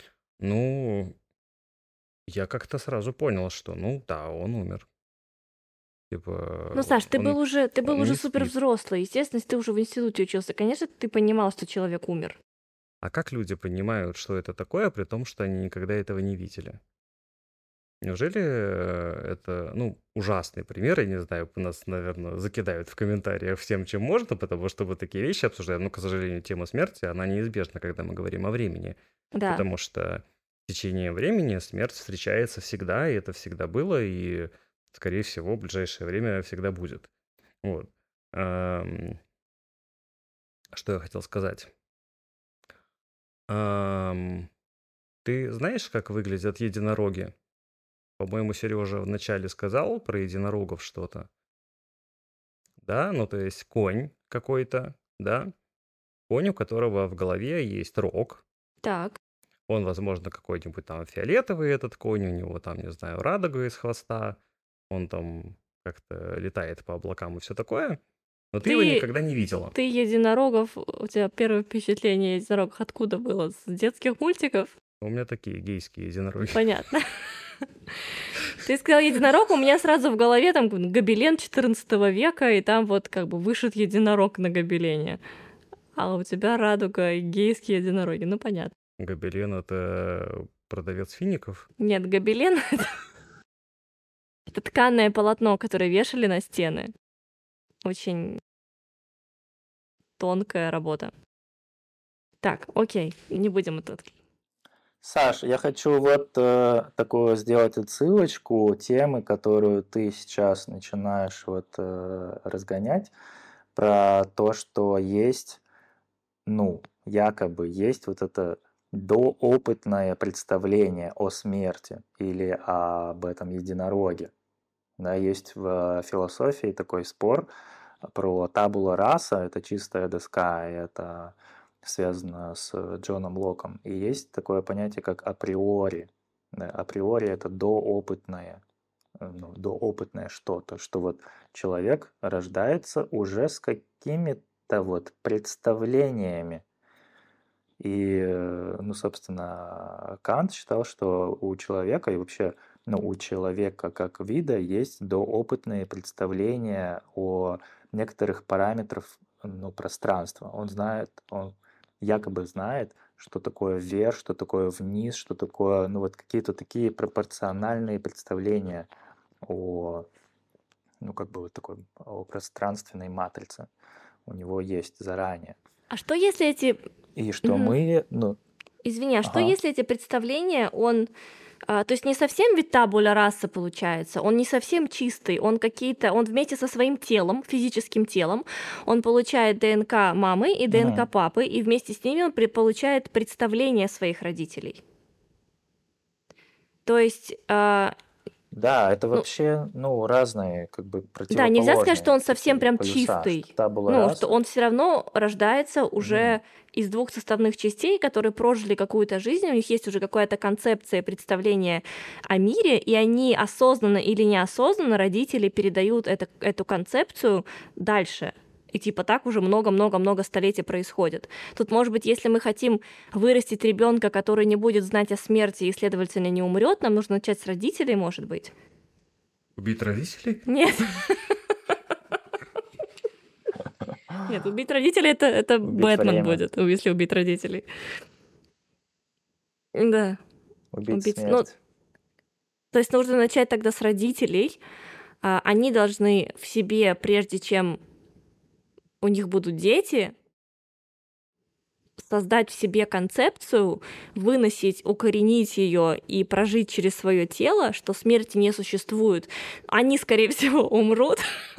Ну, я как-то сразу понял, что, ну да, он умер. Ну, Типа, Саш, ты был он уже не супер спит. взрослый. Естественно, если ты уже в институте учился, конечно, ты понимал, что человек умер. А как люди понимают, что это такое, при том, что они никогда этого не видели? Неужели это, ну, ужасный пример, я не знаю, нас, наверное, закидают в комментариях всем, чем можно, потому что мы такие вещи обсуждаем, но, к сожалению, тема смерти, она неизбежна, когда мы говорим о времени, Да. потому что в течение времени смерть встречается всегда, и это всегда было, и, скорее всего, в ближайшее время всегда будет. Вот. Ам, Что я хотел сказать? Ам, Ты знаешь, как выглядят единороги? По-моему, Сережа вначале сказал про единорогов что-то. Да, ну то есть конь какой-то, да, конь, у которого в голове есть рог. Так. Он, возможно, какой-нибудь там фиолетовый этот конь, у него там, не знаю, радуга из хвоста. Он там как-то летает по облакам и все такое. Но ты его Ты никогда не видела. ты единорогов, у тебя первое впечатление о единорогах откуда было? С детских мультиков? У меня такие гейские единороги. Понятно. Ты сказал единорог, у меня сразу в голове там гобелен 14 века, и там вот как бы вышит единорог на гобелене. А у тебя радуга и гейские единороги. Ну, понятно. Гобелен — это продавец фиников? Нет, гобелен это тканое полотно, которое вешали на стены. Очень тонкая работа. Так, окей, не будем это. Саш, я хочу вот такую сделать отсылочку темы, которую ты сейчас начинаешь вот разгонять, про то, что есть, ну, якобы есть вот это доопытное представление о смерти или об этом единороге. Да, есть в философии такой спор про табула раса, это чистая доска, и это связано с Джоном Локом. И есть такое понятие, как априори. Да, априори это доопытное, доопытное что-то, что вот человек рождается уже с какими-то вот представлениями. И, ну, собственно, Кант считал, что у человека и вообще, ну, у человека как вида есть доопытные представления о некоторых параметрах, ну, пространства. Он знает, он якобы знает, что такое вверх, что такое вниз, что такое, ну, вот какие-то такие пропорциональные представления о, ну, как бы вот такой, о пространственной матрице у него есть заранее. А что если эти... И что Мгм. мы, ну, Извини, а что ага. если эти представления, то есть не совсем ведь табуля раса получается, он не совсем чистый, он вместе со своим телом, физическим телом, он получает ДНК мамы и ДНК Мгм. папы, и вместе с ними он получает представление своих родителей. То есть, Да, это ну, вообще, ну, разные, как бы да, нельзя сказать, что противоположные он совсем такие прям полюса. Что чистый. табула Ну, что раса, он все равно рождается мгм, уже из двух составных частей, которые прожили какую-то жизнь, у них есть уже какая-то концепция, представление о мире, и они осознанно или неосознанно, родители передают эту концепцию дальше. И типа так уже много-много-много столетий происходит. Тут, может быть, если мы хотим вырастить ребенка, который не будет знать о смерти и, следовательно, не умрет, нам нужно начать с родителей, может быть. Убить родителей? Нет. Нет, убить родителей это убить Бэтмен время, будет, если убить родителей. Да, убить убить. Ну, смерть. то есть нужно начать тогда с родителей. Они должны в себе, прежде чем у них будут дети, создать в себе концепцию, выносить, укоренить ее и прожить через свое тело, что смерти не существует. Они, скорее всего, умрут.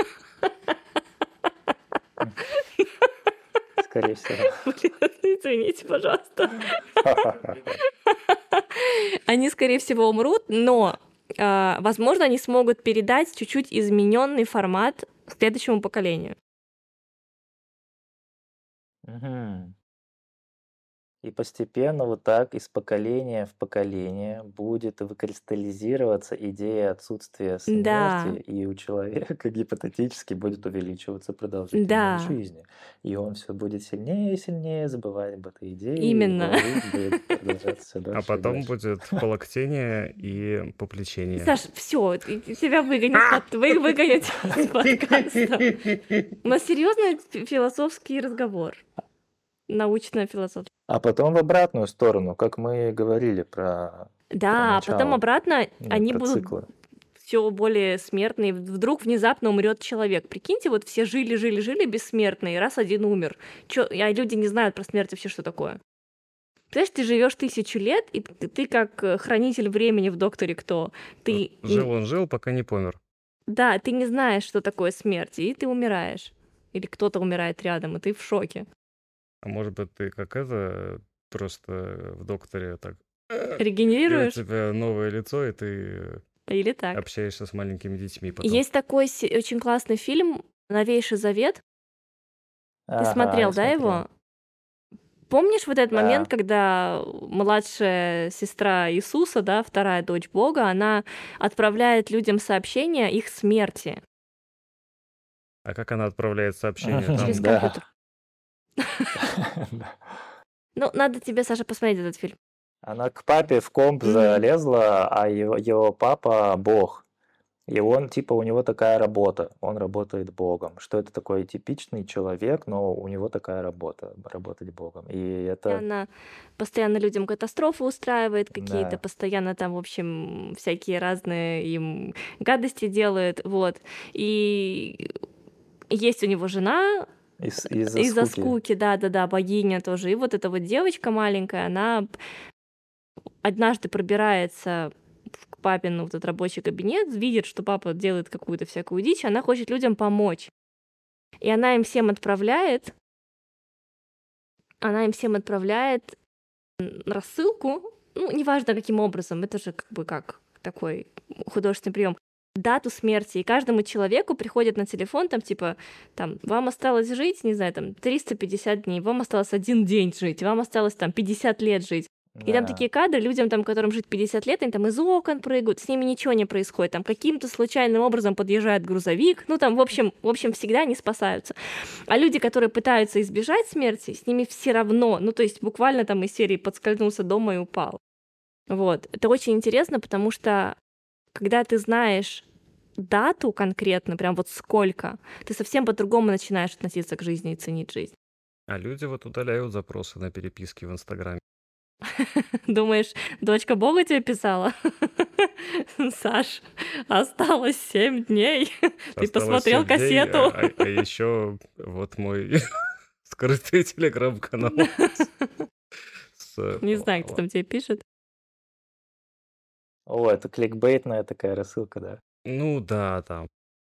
Скорее всего. Блин, извините, пожалуйста. Они, скорее всего, умрут, но, возможно, они смогут передать чуть-чуть измененный формат следующему поколению. Мгм. И постепенно вот так из поколения в поколение будет выкристаллизироваться идея отсутствия Да, смерти, и у человека гипотетически будет увеличиваться продолжительность да, жизни. И он все будет сильнее и сильнее забывать об этой идее, и его именно. жизнь будет продолжаться все А дольше и потом дольше. будет полоктение и поплечение. Саш, все, тебя выгонят из подкаста. У нас серьезный философский разговор. Научно-философский. А потом в обратную сторону, как мы говорили про Да, а потом начало, обратно ну, они про будут циклы. все более смертные. Вдруг внезапно умрет человек. Прикиньте, вот все жили бессмертные, и раз один умер. А люди не знают про смерть вообще, что такое. Представляешь, ты живешь 1000 лет, и ты как хранитель времени в «Докторе Кто». Ты, Жил он, жил, пока не помер. да, ты не знаешь, что такое смерть, и ты умираешь. Или кто-то умирает рядом, и ты в шоке. А может быть, ты как это, просто в «Докторе» так... И у Регенерируешь? тебя новое лицо, и ты Или так. общаешься с маленькими детьми потом. Есть такой очень классный фильм «Новейший завет». Ты Ага, смотрел, я да, его? смотрел. Помнишь вот этот момент, Да. когда младшая сестра Иисуса, да, вторая дочь Бога, она отправляет людям сообщение о их смерти А как она отправляет сообщение через там? Да. компьютер? Ну, надо тебе, Саша, посмотреть этот фильм. Она к папе в комп Мгм. залезла, а его папа Бог. И он, типа, у него такая работа, он работает Богом. Что это такой типичный человек, но у него такая работа, работать Богом. И это, Она постоянно людям катастрофы устраивает какие-то, да, постоянно там, в общем, всякие разные им гадости делает, вот. И есть у него жена, из-за из-за скуки. скуки, да-да-да, богиня тоже. И вот эта вот девочка маленькая, она однажды пробирается к папину вот этот рабочий кабинет, видит, что папа делает какую-то всякую дичь, она хочет людям помочь. И она им всем отправляет рассылку, ну, неважно каким образом, это же как бы как такой художественный прием, дату смерти. И каждому человеку приходит на телефон, там, типа, там, вам осталось жить, не знаю, там, 350 дней, вам осталось 1 день жить, вам осталось, там, 50 лет жить. И там Да. такие кадры, людям, там, которым жить 50 лет, они там из окон прыгают, с ними ничего не происходит, там каким-то случайным образом подъезжает грузовик, ну там, в общем, всегда они спасаются. А люди, которые пытаются избежать смерти, с ними все равно, ну то есть буквально там из серии подскользнулся дома и упал. Вот. Это очень интересно, потому что когда ты знаешь дату конкретно, прям вот сколько, ты совсем по-другому начинаешь относиться к жизни и ценить жизнь. А люди вот удаляют запросы на переписки в Инстаграме. Думаешь, дочка Бога тебе писала? Саш, осталось 7 дней. Ты Осталось посмотрел 7 дней, кассету? а еще вот мой скрытый телеграм-канал с... Не знаю, кто там тебе пишет. О, это кликбейтная такая рассылка, да. Ну да, там.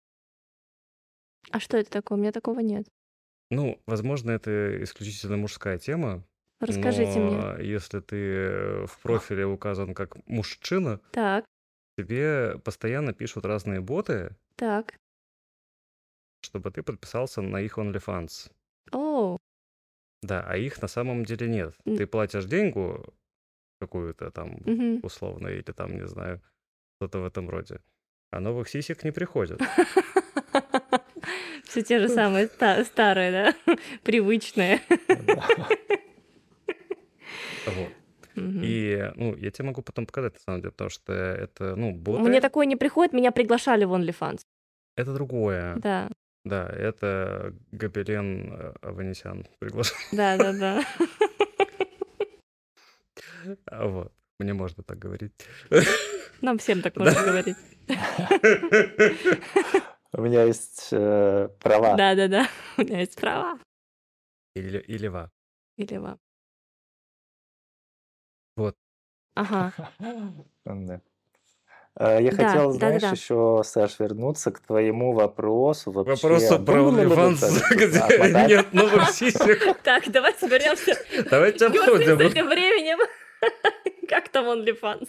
А что это такое? У меня такого нет. Ну, возможно, это исключительно мужская тема, Расскажите мне. но если ты в профиле указан как мужчина, Так, тебе постоянно пишут разные боты, так. чтобы ты подписался на их OnlyFans. О, Да, а их на самом деле нет. н- Ты платишь деньгу какую-то там мгм. условно или там, не знаю, что-то в этом роде. А новых сисек не приходит. Все те же самые старые, да? Привычные. Да. Вот. Мгм. И, ну, я тебе могу потом показать, на самом деле, потому что это, ну, Мне боты, такое не приходит, меня приглашали в OnlyFans. это другое. Да, Да, это Гобелен Аванесян приглашен. да-да-да. Вот. Мне можно так говорить. Нам всем так Да. можно говорить. У меня есть права. Да-да-да. У меня есть права. И лева. Или вам. Вот. Ага. Да. Я Да, хотел, знаешь, да-да-да. еще, Саш, вернуться к твоему вопросу вообще. Вопросу про OnlyFans, где Отмотать. нет новых сисек. Так, давай соберемся. Давайте С обсудим. этим временем. Как там OnlyFans?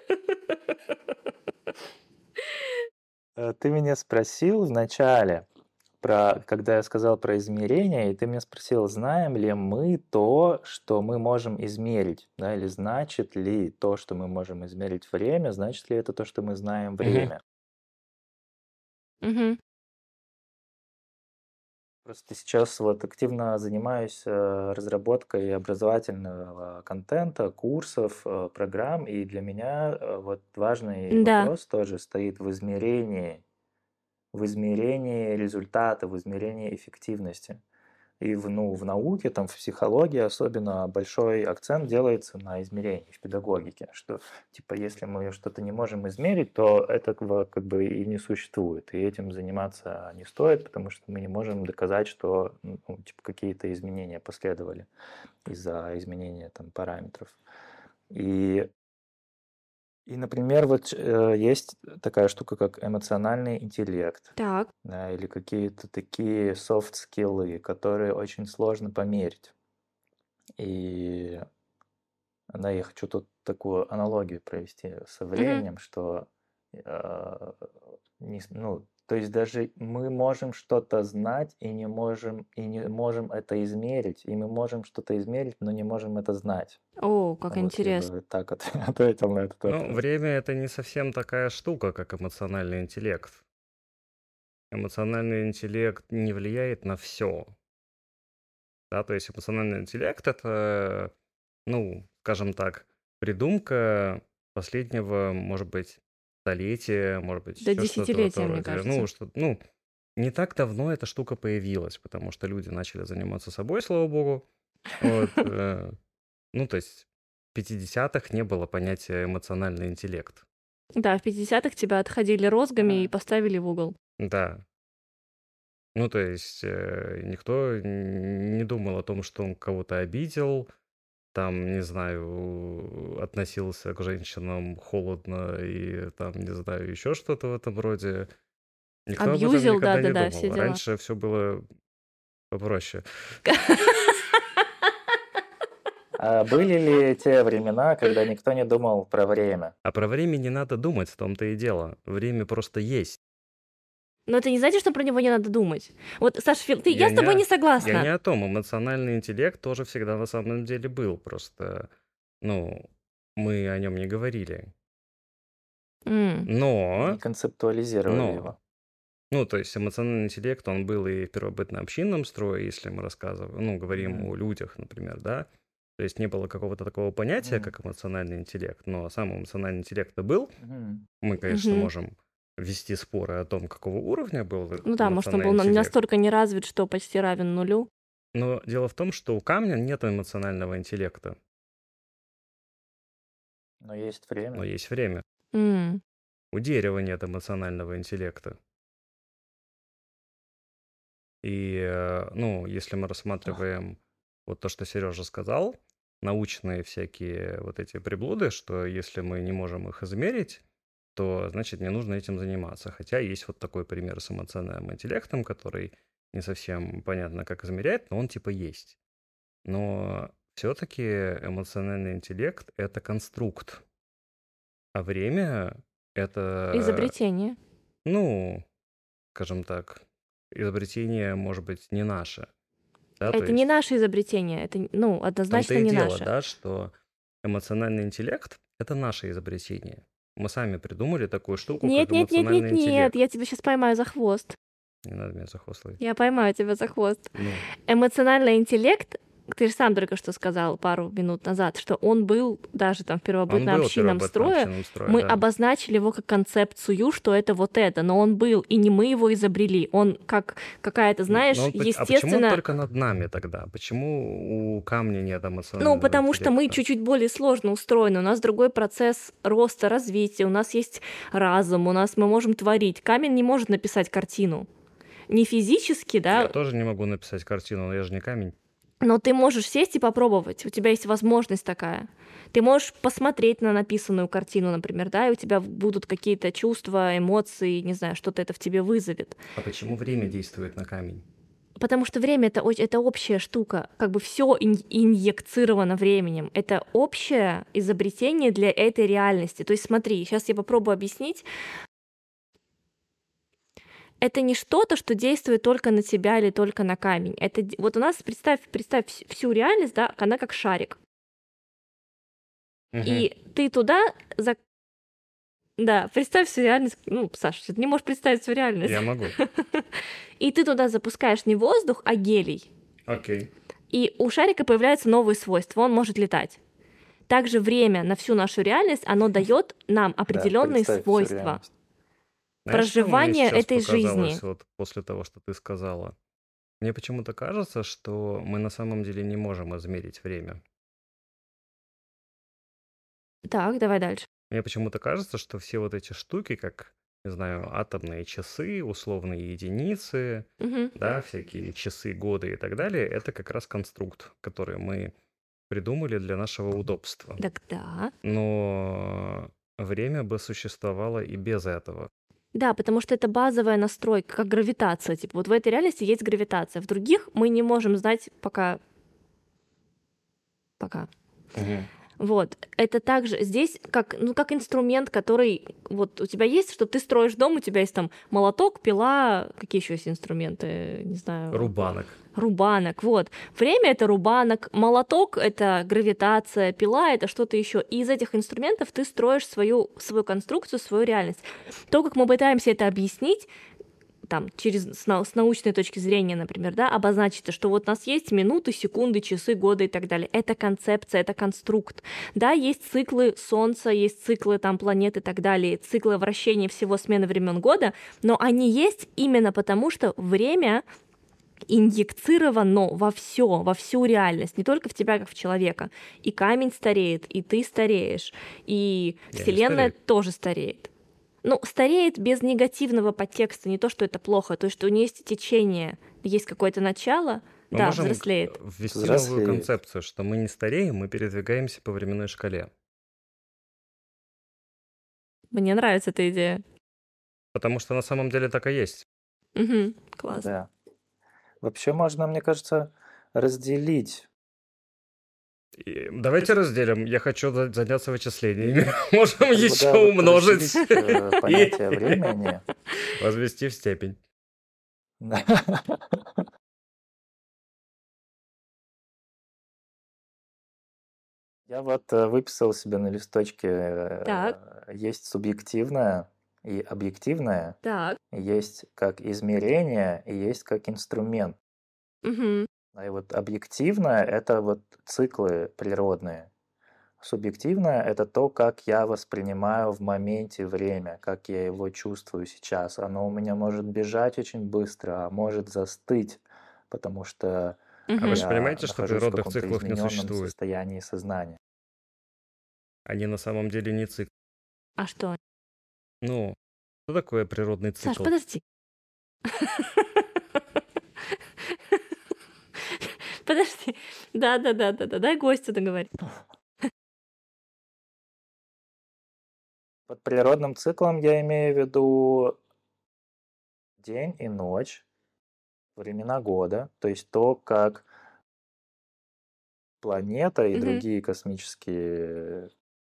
Ты меня спросил вначале, когда я сказал про измерения, и ты меня спросил, знаем ли мы то, что мы можем измерить, да, или значит ли то, что мы можем измерить время, значит ли это то, что мы знаем Мгм. время. Мгм. Просто сейчас вот активно занимаюсь разработкой образовательного контента, курсов, программ, и для меня вот важный Да. вопрос тоже стоит в измерении результата, в измерении эффективности. И в науке, там, в психологии особенно большой акцент делается на измерении, в педагогике, что, типа, если мы что-то не можем измерить, то этого как бы и не существует, и этим заниматься не стоит, потому что мы не можем доказать, что, ну, типа, какие-то изменения последовали из-за изменения там параметров. И например, вот есть такая штука, как эмоциональный интеллект, Так. да, или какие-то такие софт-скиллы, которые очень сложно померить. И я хочу тут такую аналогию провести со Мгм. временем, что э, ну, то есть даже мы можем что-то знать и не можем это измерить, и мы можем что-то измерить, но не можем это знать. О, как Вот я интересно. бы так ответил на этот Ну, вопрос. время это не совсем такая штука, как эмоциональный интеллект. Эмоциональный интеллект не влияет на все. Да, то есть эмоциональный интеллект это, ну, скажем так, придумка последнего, может быть, столетия, может быть, До еще что-то в десятилетия, этом мне роде. Ну, кажется. не так давно эта штука появилась, потому что люди начали заниматься собой, слава богу. Вот, то есть в 50-х не было понятия эмоциональный интеллект. Да, в 50-х тебя отходили розгами и Ага. поставили в угол. Да. То есть никто не думал о том, что он кого-то обидел, там, не знаю, относился к женщинам холодно и там, не знаю, еще что-то в этом роде. Никто об этом Абьюзил, никогда не да-да-да, все думал. дела. Раньше все было попроще. А были ли те времена, когда никто не думал про время? А про время не надо думать, в том-то и дело. Время просто есть. Но это не значит, что про него не надо думать. Вот, Саш, я Я с тобой не не согласна. о том. Эмоциональный интеллект тоже всегда на самом деле был. Просто, мы о нем не говорили. М. Не Но, концептуализировали но, его. то есть эмоциональный интеллект, он был и в первобытно-общинном строе, если мы рассказываем, говорим Мгм. о людях, например, да. То есть не было какого-то такого понятия, Мгм. как эмоциональный интеллект, но сам эмоциональный интеллект-то был. Мгм. Мы, конечно, Мгм. можем вести споры о том, какого уровня был этот Ну да, может, он был эмоциональный не интеллект. настолько не развит, что почти равен нулю. Но дело в том, что у камня нет эмоционального интеллекта, Но есть но время. есть время. М. У дерева нет эмоционального интеллекта. И, если мы рассматриваем вот то, что Сережа сказал, научные всякие вот эти приблуды, что если мы не можем их измерить, то, значит, не нужно этим заниматься. Хотя есть вот такой пример с эмоциональным интеллектом, который не совсем понятно, как измерять, но он типа есть. Но все-таки эмоциональный интеллект — это конструкт, а время — это, Изобретение. скажем так, изобретение, может быть, не наше. Да, то Это не есть наше изобретение. Это, в том-то однозначно и не дело, наше. да, что эмоциональный интеллект — это наше изобретение. Мы сами придумали такую штуку, Нет, как нет, нет, нет, эмоциональный нет. интеллект. Я тебя сейчас поймаю за хвост. Не надо меня за хвост ловить. Я поймаю тебя за хвост. Ну, Эмоциональный интеллект, ты же сам только что сказал пару минут назад, что он был даже там в он был в первобытно-общинном строе. первобытно-общинном строе, Мы да. обозначили его как концепцию, что это вот это, но он был, и не мы его изобрели. Он как какая-то, знаешь, А почему он естественно... только над нами тогда? Почему у камня нет эмоционального потому что мы интеллекта? чуть-чуть более сложно устроены, у нас другой процесс роста, развития, у нас есть разум, мы можем творить. Камень не может написать картину. Не физически, Я да, тоже не могу написать картину, но я же не камень. но ты можешь сесть и попробовать. У тебя есть возможность такая. Ты можешь посмотреть на написанную картину, например, да, и у тебя будут какие-то чувства, эмоции, не знаю, что-то это в тебе вызовет. А почему время действует на камень? Потому что время это общая штука, как бы все инъекцировано временем. Это общее изобретение для этой реальности. То есть смотри, сейчас я попробую объяснить. Это не что-то, что действует только на тебя или только на камень. Вот у нас представь всю реальность, да, она как шарик. Мгм. И ты туда Да, представь всю реальность. Саша, ты не можешь представить всю реальность. Я могу. И ты туда запускаешь не воздух, а гелий. Окей. И у шарика появляются новые свойства, он может летать. Также время на всю нашу реальность, оно дает нам Да, определенные представь всю свойства. реальность. Знаешь, что мне Проживание сейчас этой жизни. показалось вот после того, что ты сказала? Мне почему-то кажется, что мы на самом деле не можем измерить время. Так, давай дальше. Мне почему-то кажется, что все вот эти штуки, как, не знаю, атомные часы, условные единицы, Мгм. да, всякие часы, годы и так далее, это как раз конструкт, который мы придумали для нашего удобства. Так да. Но время бы существовало и без этого. Да, потому что это базовая настройка, как гравитация. Типа вот в этой реальности есть гравитация. В других мы не можем знать пока. Мгм. Вот. Это также здесь как инструмент, который вот у тебя есть, что ты строишь дом, у тебя есть там молоток, пила, какие еще есть инструменты, не знаю. Рубанок. Рубанок, вот. Время — это рубанок, молоток — это гравитация, пила — это что-то еще. И из этих инструментов ты строишь свою конструкцию, свою реальность. То, как мы пытаемся это объяснить, там, с научной точки зрения, например, да, обозначить, что вот у нас есть минуты, секунды, часы, годы и так далее. Это концепция, это конструкт. Да, есть циклы Солнца, есть циклы там планет и так далее, циклы вращения всего смены времен года, но они есть именно потому, что время инъекцировано во всю реальность, не только в тебя, как в человека. И камень стареет, и ты стареешь, и Я не Вселенная старею. тоже стареет. Ну, стареет без негативного подтекста, не то, что это плохо, то, что у нее есть течение, есть какое-то начало, Мы да, можем взрослеет. ввести новую Взрослеет. концепцию, что мы не стареем, мы передвигаемся по временной шкале. Мне нравится эта идея. Потому что на самом деле так и есть. Угу, класс. Да. Вообще можно, мне кажется, разделить. И давайте разделим. Я хочу заняться вычислениями. Можем Как бы, еще да, вот умножить разделить понятие и времени. возвести в степень. Да. Я вот выписал себе на листочке, Так, есть субъективное и объективное, так. есть как измерение и есть как инструмент. Угу. И вот объективное — это вот циклы природные. Субъективное — это то, как я воспринимаю в моменте время, как я его чувствую сейчас. Оно у меня может бежать очень быстро, а может застыть, потому что А вы Угу. же я понимаете, что нахожусь в природных каком-то циклов не измененном существует? состоянии сознания. Они на самом деле не циклы. А что? Ну, что такое природный Саш, цикл? подожди. Подожди. Да, дай гостю договорить. Под природным циклом я имею в виду день и ночь, времена года, то есть то, как планета и Угу. другие космические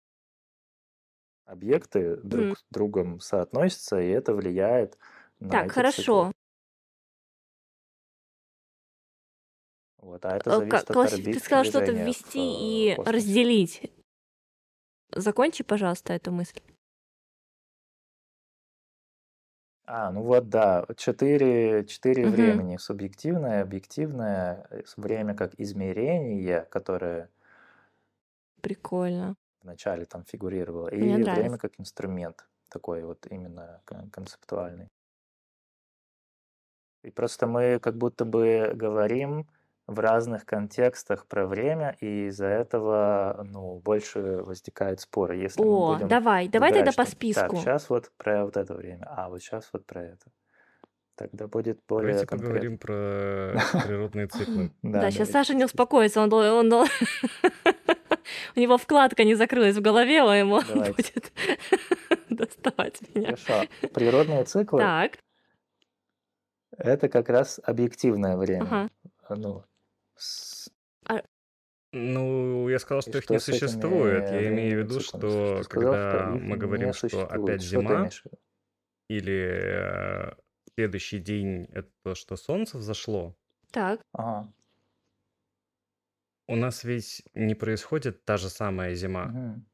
объекты друг с другом соотносятся, и это влияет на Так, эти циклы. хорошо. Вот, а это зависит от Ты орбит сказала что-то движения ввести в и космосе. разделить. Закончи, пожалуйста, эту мысль. Ну вот да, четыре Угу. времени: субъективное, объективное, время как измерение, которое Прикольно. вначале там фигурировало, Мне и время нравится. как инструмент, такой вот именно концептуальный. И просто мы как будто бы говорим в разных контекстах про время, и из-за этого, больше возникают споры. Если мы О, будем давай тогда выбирать, по что так, списку. сейчас вот про вот это время, а вот сейчас вот про это, тогда будет более Давайте конкретно. поговорим про природные циклы. Да, сейчас давайте. Саша не успокоится, у него вкладка не закрылась в голове, а ему Давайте. будет доставать меня. Хорошо. Природные циклы Так, — это как раз объективное время. ага. Ну, я сказал, И что их что не с этими существует. Я имею в временными виду, циклами? что Ты сказал, что когда их мы не говорим, что существует. опять Что ты зима, имеешь в виду? или следующий день это то, что солнце взошло, Так, Ага. у нас ведь не происходит та же самая зима. Мгм.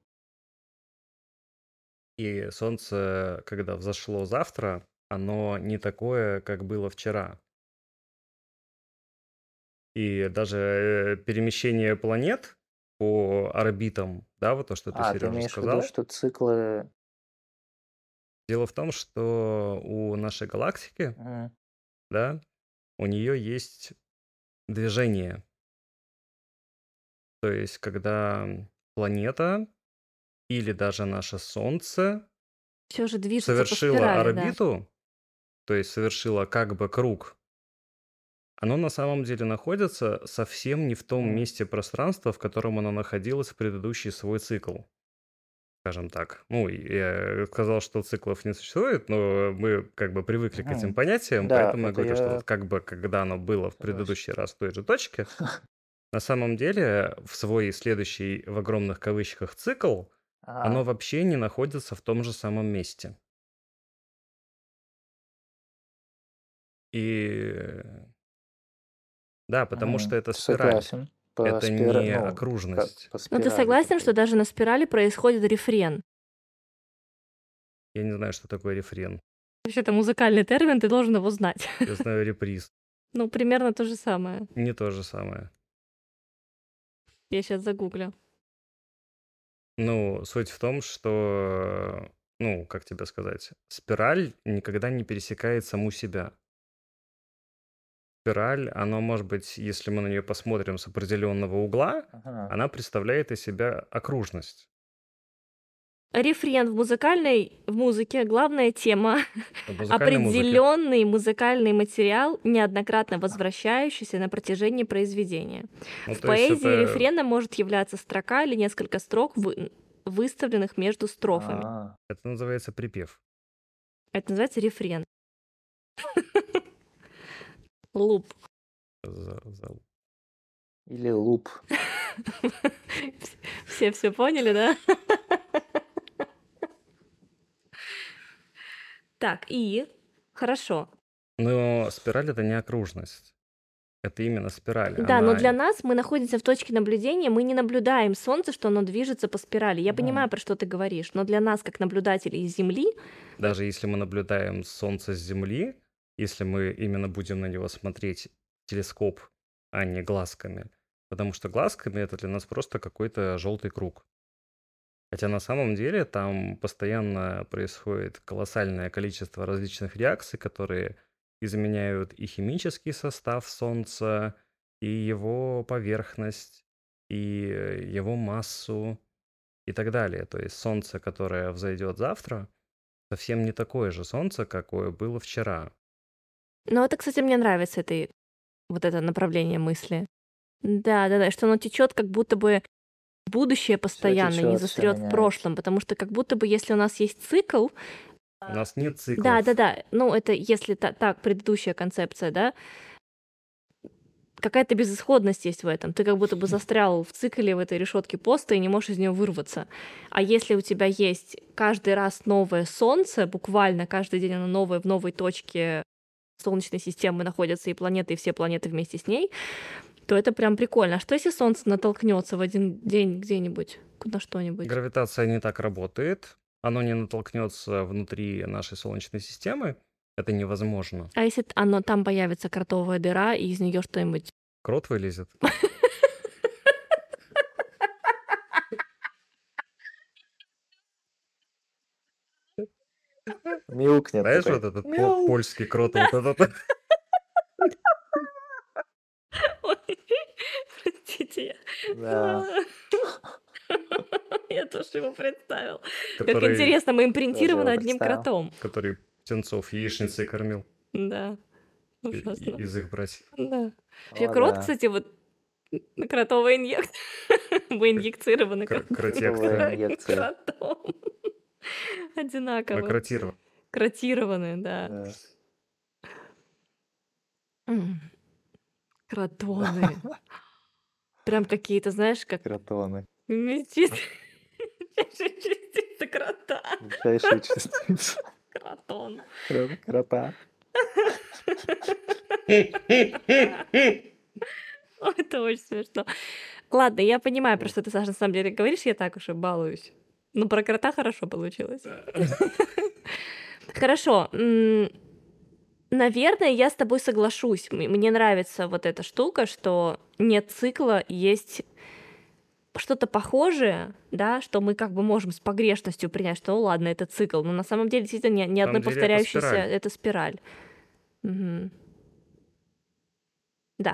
И солнце, когда взошло завтра, оно не такое, как было вчера. И даже перемещение планет по орбитам, да, вот то, что ты, Ты Сережа, имеешь в виду, сказал. что циклы... Дело в том, что у нашей галактики, Мгм. да, у нее есть движение. То есть, когда планета или даже наше Солнце все же движется по совершило спирали, да. орбиту, то есть совершило как бы круг, оно на самом деле находится совсем не в том Мгм. месте пространства, в котором оно находилось в предыдущий свой цикл, скажем так. Ну, я сказал, что циклов не существует, но мы как бы привыкли к этим Мгм. понятиям, Да, поэтому я это говорю, что я вот как бы когда оно было в согласен. предыдущий раз в той же точке, на самом деле в свой следующий, в огромных кавычках, цикл, оно Ага. вообще не находится в том же самом месте. И да, потому что Мгм. это спираль, Согласен. это не как окружность. по Но ты спирали согласен, что такой. даже на спирали происходит рефрен? Я не знаю, что такое рефрен. есть это музыкальный термин, ты должен его знать. Я знаю реприз. Ну, примерно то же самое. Не то же самое. Я сейчас загуглю. Ну, суть в том, что, ну, как тебе сказать, спираль никогда не пересекает саму себя. Спираль, она может быть, если мы на нее посмотрим с определенного угла, Ага. она представляет из себя окружность. Рефрен в музыке главная тема, В музыкальной музыке. определенный музыкальный материал, неоднократно возвращающийся на протяжении произведения. Ну, В то есть поэзии это рефреном может являться строка или несколько строк, выставленных между строфами. это называется припев. Это называется рефрен. Луп. За- Или луп. Все поняли, да? Так, и хорошо. Но спираль это не окружность. Это именно спираль. Да, но Она для нас мы находимся в точке наблюдения, мы не наблюдаем Солнце, что оно движется по спирали. Я Ага. понимаю, про что ты говоришь, но для нас, как наблюдателей из Земли, даже если мы наблюдаем Солнце с Земли, если мы именно будем на него смотреть в телескоп, а не глазками, потому что глазками это для нас просто какой-то желтый круг. Хотя на самом деле там постоянно происходит колоссальное количество различных реакций, которые изменяют и химический состав Солнца, и его поверхность, и его массу, и так далее. То есть Солнце, которое взойдет завтра, совсем не такое же Солнце, какое было вчера. но это, кстати, мне нравится вот это направление мысли. Да, что оно течет как будто бы в будущее Все постоянно, и не течет, все застрет в меняется. прошлом, потому что как будто бы если у нас есть цикл, У нас нет циклов. да, ну это если так, предыдущая концепция, да, какая-то безысходность есть в этом. Ты как будто бы застрял в цикле, в этой решетке поста и не можешь из нее вырваться. А если у тебя есть каждый раз новое солнце, буквально каждый день оно новое в новой точке Солнечной системы находятся и планеты, и все планеты вместе с ней, то это прям прикольно. А что если Солнце натолкнется в один день где-нибудь на что-нибудь? Гравитация не так работает. Оно не натолкнется внутри нашей Солнечной системы. Это невозможно. А если оно там появится кротовая дыра, и из нее что-нибудь... Крот вылезет. Мяукнет Знаешь, такой. вот этот Мяу. польский крот, Да. вот этот. Ой, простите, Да. я тоже его представил. Как который, интересно, мы Тоже импринтированы его одним представил. кротом. который птенцов яичницей кормил Да, ужасно. из их братьев. Да. О, Крот, да. кстати, вот кротовая инъекция. Мы инъектированы Кротектор. Кротовая инъекция. кротом. Одинаково. Кротирован. Кротированы, да. Да. М. Кротоны. Прям какие-то, знаешь, как Кротоны. частицы крота. Ближайшие частицы. Кротон. Крота. Ой, это очень смешно. Ладно, я понимаю, про что ты, Саша, на самом деле говоришь, я так уж и балуюсь. Ну, про крота хорошо получилось. Хорошо. Наверное, я с тобой соглашусь. Мне нравится вот эта штука, что нет цикла, есть что-то похожее, да, что мы как бы можем с погрешностью принять, что ну ладно, это цикл, но на самом деле действительно ни одной деле это повторяющейся, спираль. это спираль. Мгм. Да.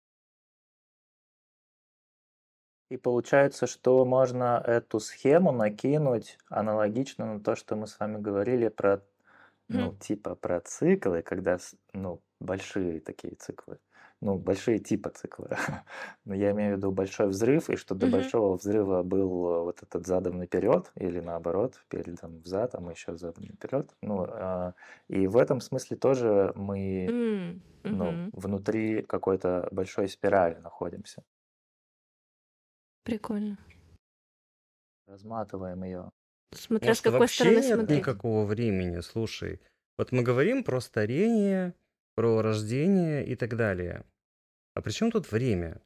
И получается, что можно эту схему накинуть аналогично на то, что мы с вами говорили про, ну, Мгм. типа про циклы, когда, ну, большие такие циклы, ну, большие типа циклы. Но я имею в виду большой взрыв, и что до Мгм. большого взрыва был вот этот задом наперед, или наоборот, передом взад, а мы еще задом наперед. Ну, и в этом смысле тоже мы, ну, Мгм. внутри какой-то большой спирали находимся. Прикольно. Разматываем ее. Смотря с Может, какой вообще стороны нет смотреть. никакого времени, слушай. Вот мы говорим про старение, про рождение и так далее. А при чем тут время?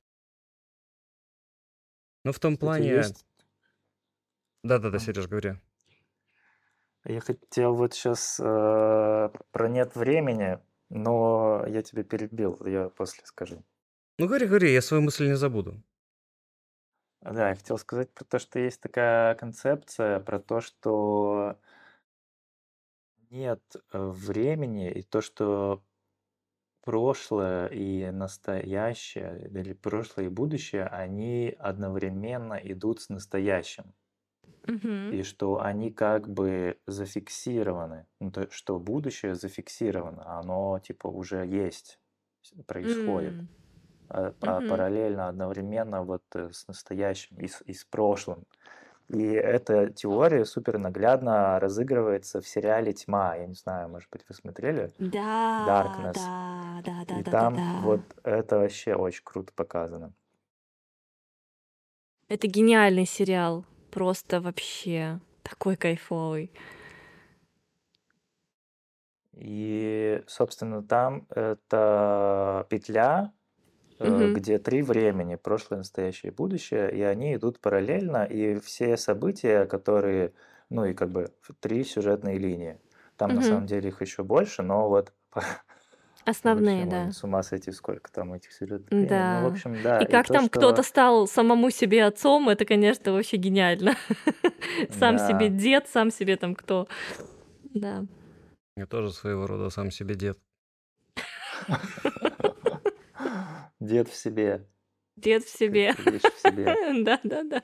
Ну, в том Кстати, плане... есть... Да-да-да, Сереж, говори. Я хотел вот сейчас про «нет времени», но я тебя перебил, я после скажу. Ну, говори, говори, я свою мысль не забуду. Да, я хотел сказать про то, что есть такая концепция, про то, что нет времени, и то, что прошлое и настоящее, или прошлое и будущее, они одновременно идут с настоящим. Мгм. И что они как бы зафиксированы. Ну, то, что будущее зафиксировано, оно типа уже есть, происходит. М. А Мгм. параллельно, одновременно вот с настоящим и с прошлым. И эта теория супер наглядно разыгрывается в сериале «Тьма». Я не знаю, может быть, вы смотрели? Да, Darkness. да, да, да, И да, да, там да. вот это вообще очень круто показано. Это гениальный сериал. Просто вообще такой кайфовый. И, собственно, там это петля, Мгм. где 3 времени: прошлое, настоящее и будущее, и они идут параллельно, и все события, которые, ну и как бы 3 сюжетные линии. Там на Мгм. самом деле их еще больше, но вот вообще Основные, можно да. с ума сойти, сколько там этих сюжетных линий. Ну, в Да. общем, да, И и как то, там кто-то что стал самому себе отцом, это, конечно, вообще гениально. Сам себе да, дед, сам себе там кто. Да. Я тоже своего рода сам себе дед. дед в себе, Дед в как себе. видишь в себе. Да-да-да.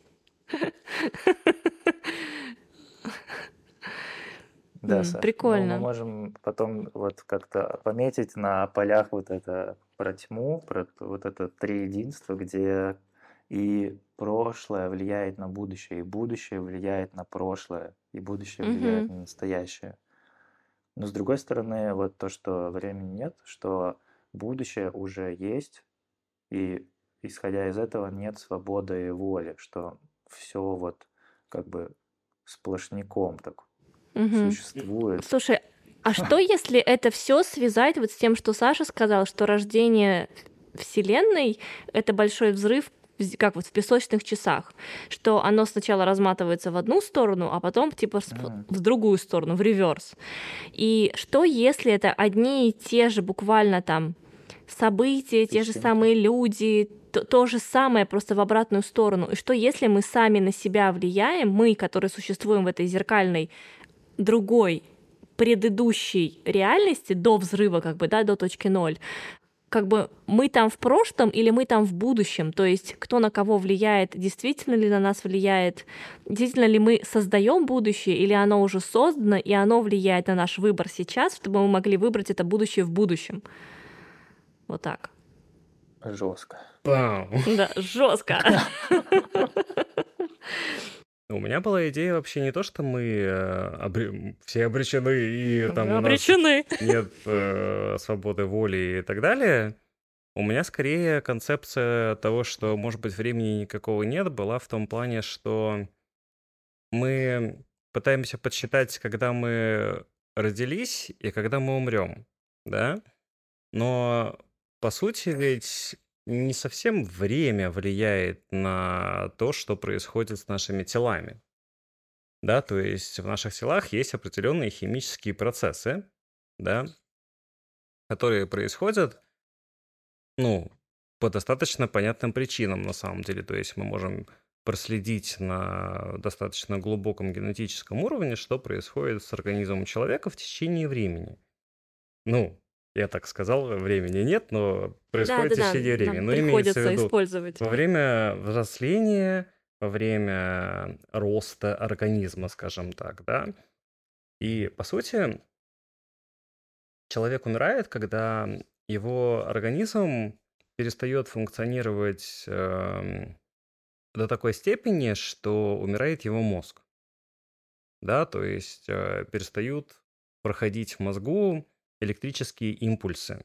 Да, Саш, ну мы Прикольно. можем потом вот как-то пометить на полях вот это про тьму, про вот это триединство, где и прошлое влияет на будущее, и будущее влияет на прошлое, и будущее влияет Мгм. на настоящее. Но с другой стороны, вот то, что времени нет, что будущее уже есть, и исходя из этого нет свободы и воли, что все вот как бы сплошняком так Мгм. существует. Слушай, а что, если это все связать вот с тем, что Саша сказал, что рождение Вселенной — это большой взрыв, как вот в песочных часах, что оно сначала разматывается в одну сторону, а потом типа Мгм. в другую сторону, в реверс. И что, если это одни и те же буквально там события, те же Частинки. самые люди, то же самое, просто в обратную сторону? И что, если мы сами на себя влияем, мы, которые существуем в этой зеркальной другой предыдущей реальности до взрыва, как бы, да, до точки ноль, как бы мы там в прошлом или мы там в будущем, то есть кто на кого влияет, действительно ли на нас влияет, действительно ли мы создаем будущее или оно уже создано и оно влияет на наш выбор сейчас, чтобы мы могли выбрать это будущее в будущем. Вот так. Жестко. Пау. Да, жестко. У меня была идея вообще не то, что мы все обречены, и там Мы у нас обречены. нет свободы воли и так далее. У меня скорее концепция того, что, может быть, времени никакого нет, была в том плане, что мы пытаемся подсчитать, когда мы родились и когда мы умрем, да? Но, по сути, ведь не совсем время влияет на то, что происходит с нашими телами. Да, то есть в наших телах есть определенные химические процессы, да, которые происходят, ну, по достаточно понятным причинам на самом деле. То есть мы можем проследить на достаточно глубоком генетическом уровне, что происходит с организмом человека в течение времени. Ну, я так сказал, времени нет, но происходит в Да-да-да, течение времени. нам Но имеется в приходится виду использовать. во время взросления, во время роста организма, скажем так, да. И, по сути, человек умирает, когда его организм перестает функционировать до такой степени, что умирает его мозг. Да, то есть перестают проходить в мозгу электрические импульсы.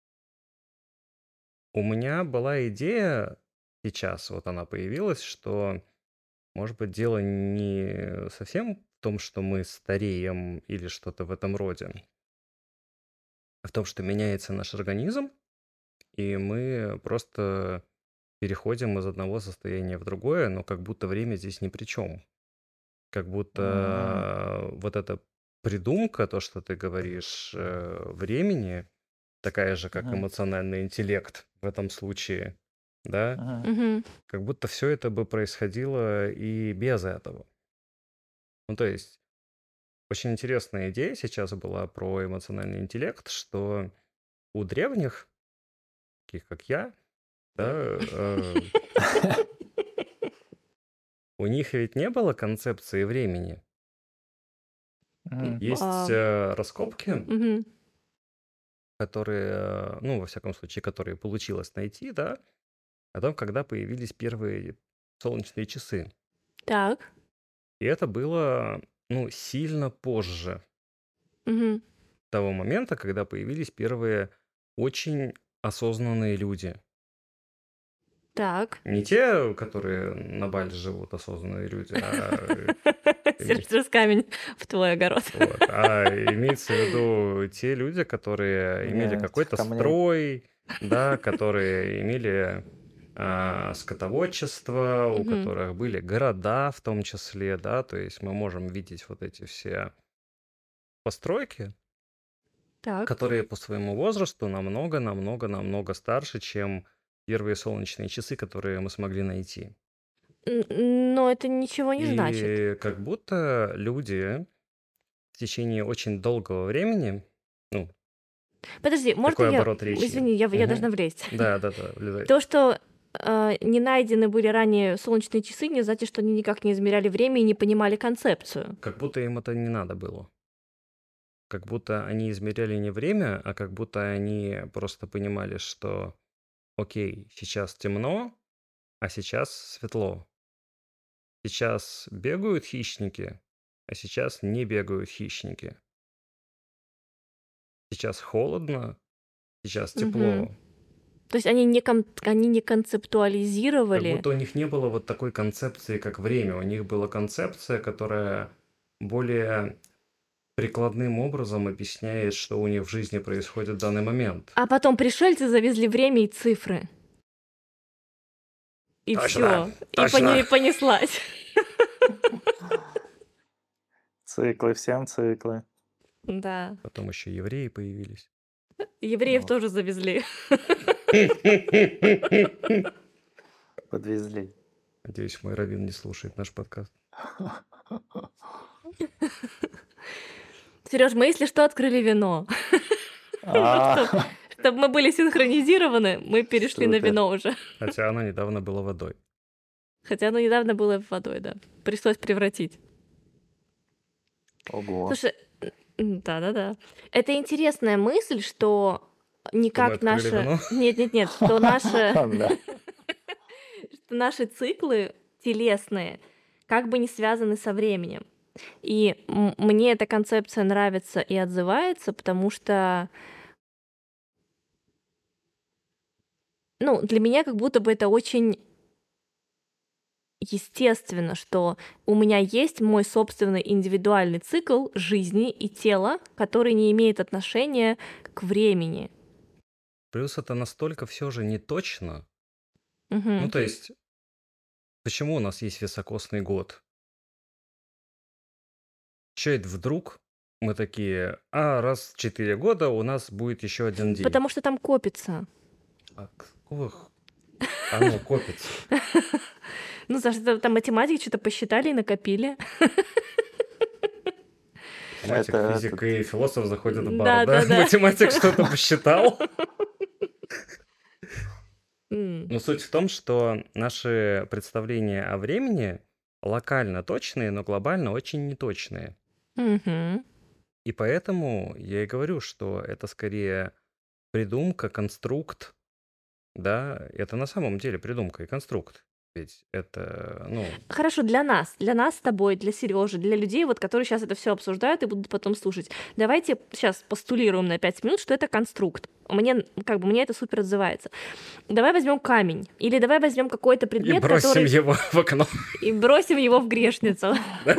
У меня была идея сейчас, вот она появилась, что, может быть, дело не совсем в том, что мы стареем или что-то в этом роде, а в том, что меняется наш организм, и мы просто переходим из одного состояния в другое, но как будто время здесь ни при чем. Как М. будто вот эта придумка, то, что ты говоришь, времени, такая же, как Мгм. эмоциональный интеллект в этом случае, да, Мгм. Мгм. как будто все это бы происходило и без этого. Ну, то есть, очень интересная идея сейчас была про эмоциональный интеллект, что у древних, таких как я, да, у них ведь не было концепции времени. Мгм. Есть А, раскопки, мгм. которые, ну, во всяком случае, которые получилось найти, да, о том, когда появились первые солнечные часы. Так. И это было, ну, сильно позже Мгм. того момента, когда появились первые очень осознанные люди. Так. Не те, которые на Бали живут, осознанные люди, а Сердце камень в твой огород. вот, а имеется в виду те люди, которые имели Не, этих какой-то камней. строй, да, которые имели скотоводчество, у Мгм. которых были города в том числе, да, то есть мы можем видеть вот эти все постройки, Так. которые по своему возрасту намного старше, чем первые солнечные часы, которые мы смогли найти. Но это ничего не значит. И как будто люди в течение очень долгого времени, ну, Подожди, можно такой я... оборот речи. Извини, я Мгм. должна влезть. Да, влезай. То, что не найдены были ранее солнечные часы, не значит, что они никак не измеряли время и не понимали концепцию. Как будто им это не надо было. Как будто они измеряли не время, а как будто они просто понимали, что окей, сейчас темно, а сейчас светло. Сейчас бегают хищники, а сейчас не бегают хищники. Сейчас холодно, сейчас Мгм. тепло. То есть они не Как концептуализировали. будто у них не было вот такой концепции, как время. У них была концепция, которая более прикладным образом объясняет, что у них в жизни происходит в данный момент. А потом пришельцы завезли время и цифры. И Точно, все. И точно. понеслась. Циклы, всем циклы. Да. Потом еще евреи появились. Евреев Ох, тоже завезли. подвезли. Надеюсь, мой раввин не слушает наш подкаст. Сереж, мы, если что, открыли вино. А, Чтобы мы были синхронизированы, мы перешли на Супер. вино уже. Хотя оно недавно было водой. Хотя оно недавно было водой, да. Пришлось превратить. Ого. Слушай, да. Это интересная мысль, что Что мы никак открыли наши... вино? Нет, что наши... Да. что наши циклы телесные как бы не связаны со временем. И мне эта концепция нравится и отзывается, потому что, ну, для меня как будто бы это очень естественно, что у меня есть мой собственный индивидуальный цикл жизни и тела, который не имеет отношения к времени. Плюс это настолько все же не точно. Ну, Мгм. то есть, почему у нас есть високосный год? Че это вдруг мы такие, раз в 4 года у нас будет еще один день? Потому что там копится. А какого оно копится? Ну, Саша, там математики что-то посчитали и накопили. Математик, Это физик и философ заходят в бар, Да, да? да, да. Математик что-то посчитал. М. Но суть в том, что наши представления о времени локально точные, но глобально очень неточные. Мгм. И поэтому я и говорю, что это скорее придумка, конструкт, да, это на самом деле придумка и конструкт. Ведь это, ну, Хорошо, для нас с тобой, для Сережи, для людей, вот, которые сейчас это все обсуждают и будут потом слушать. Давайте сейчас постулируем на 5 минут, что это конструкт. Мне это супер отзывается. Давай возьмем камень или давай возьмем какой-то и предмет, бросим который его в окно. и бросим его в грешницу.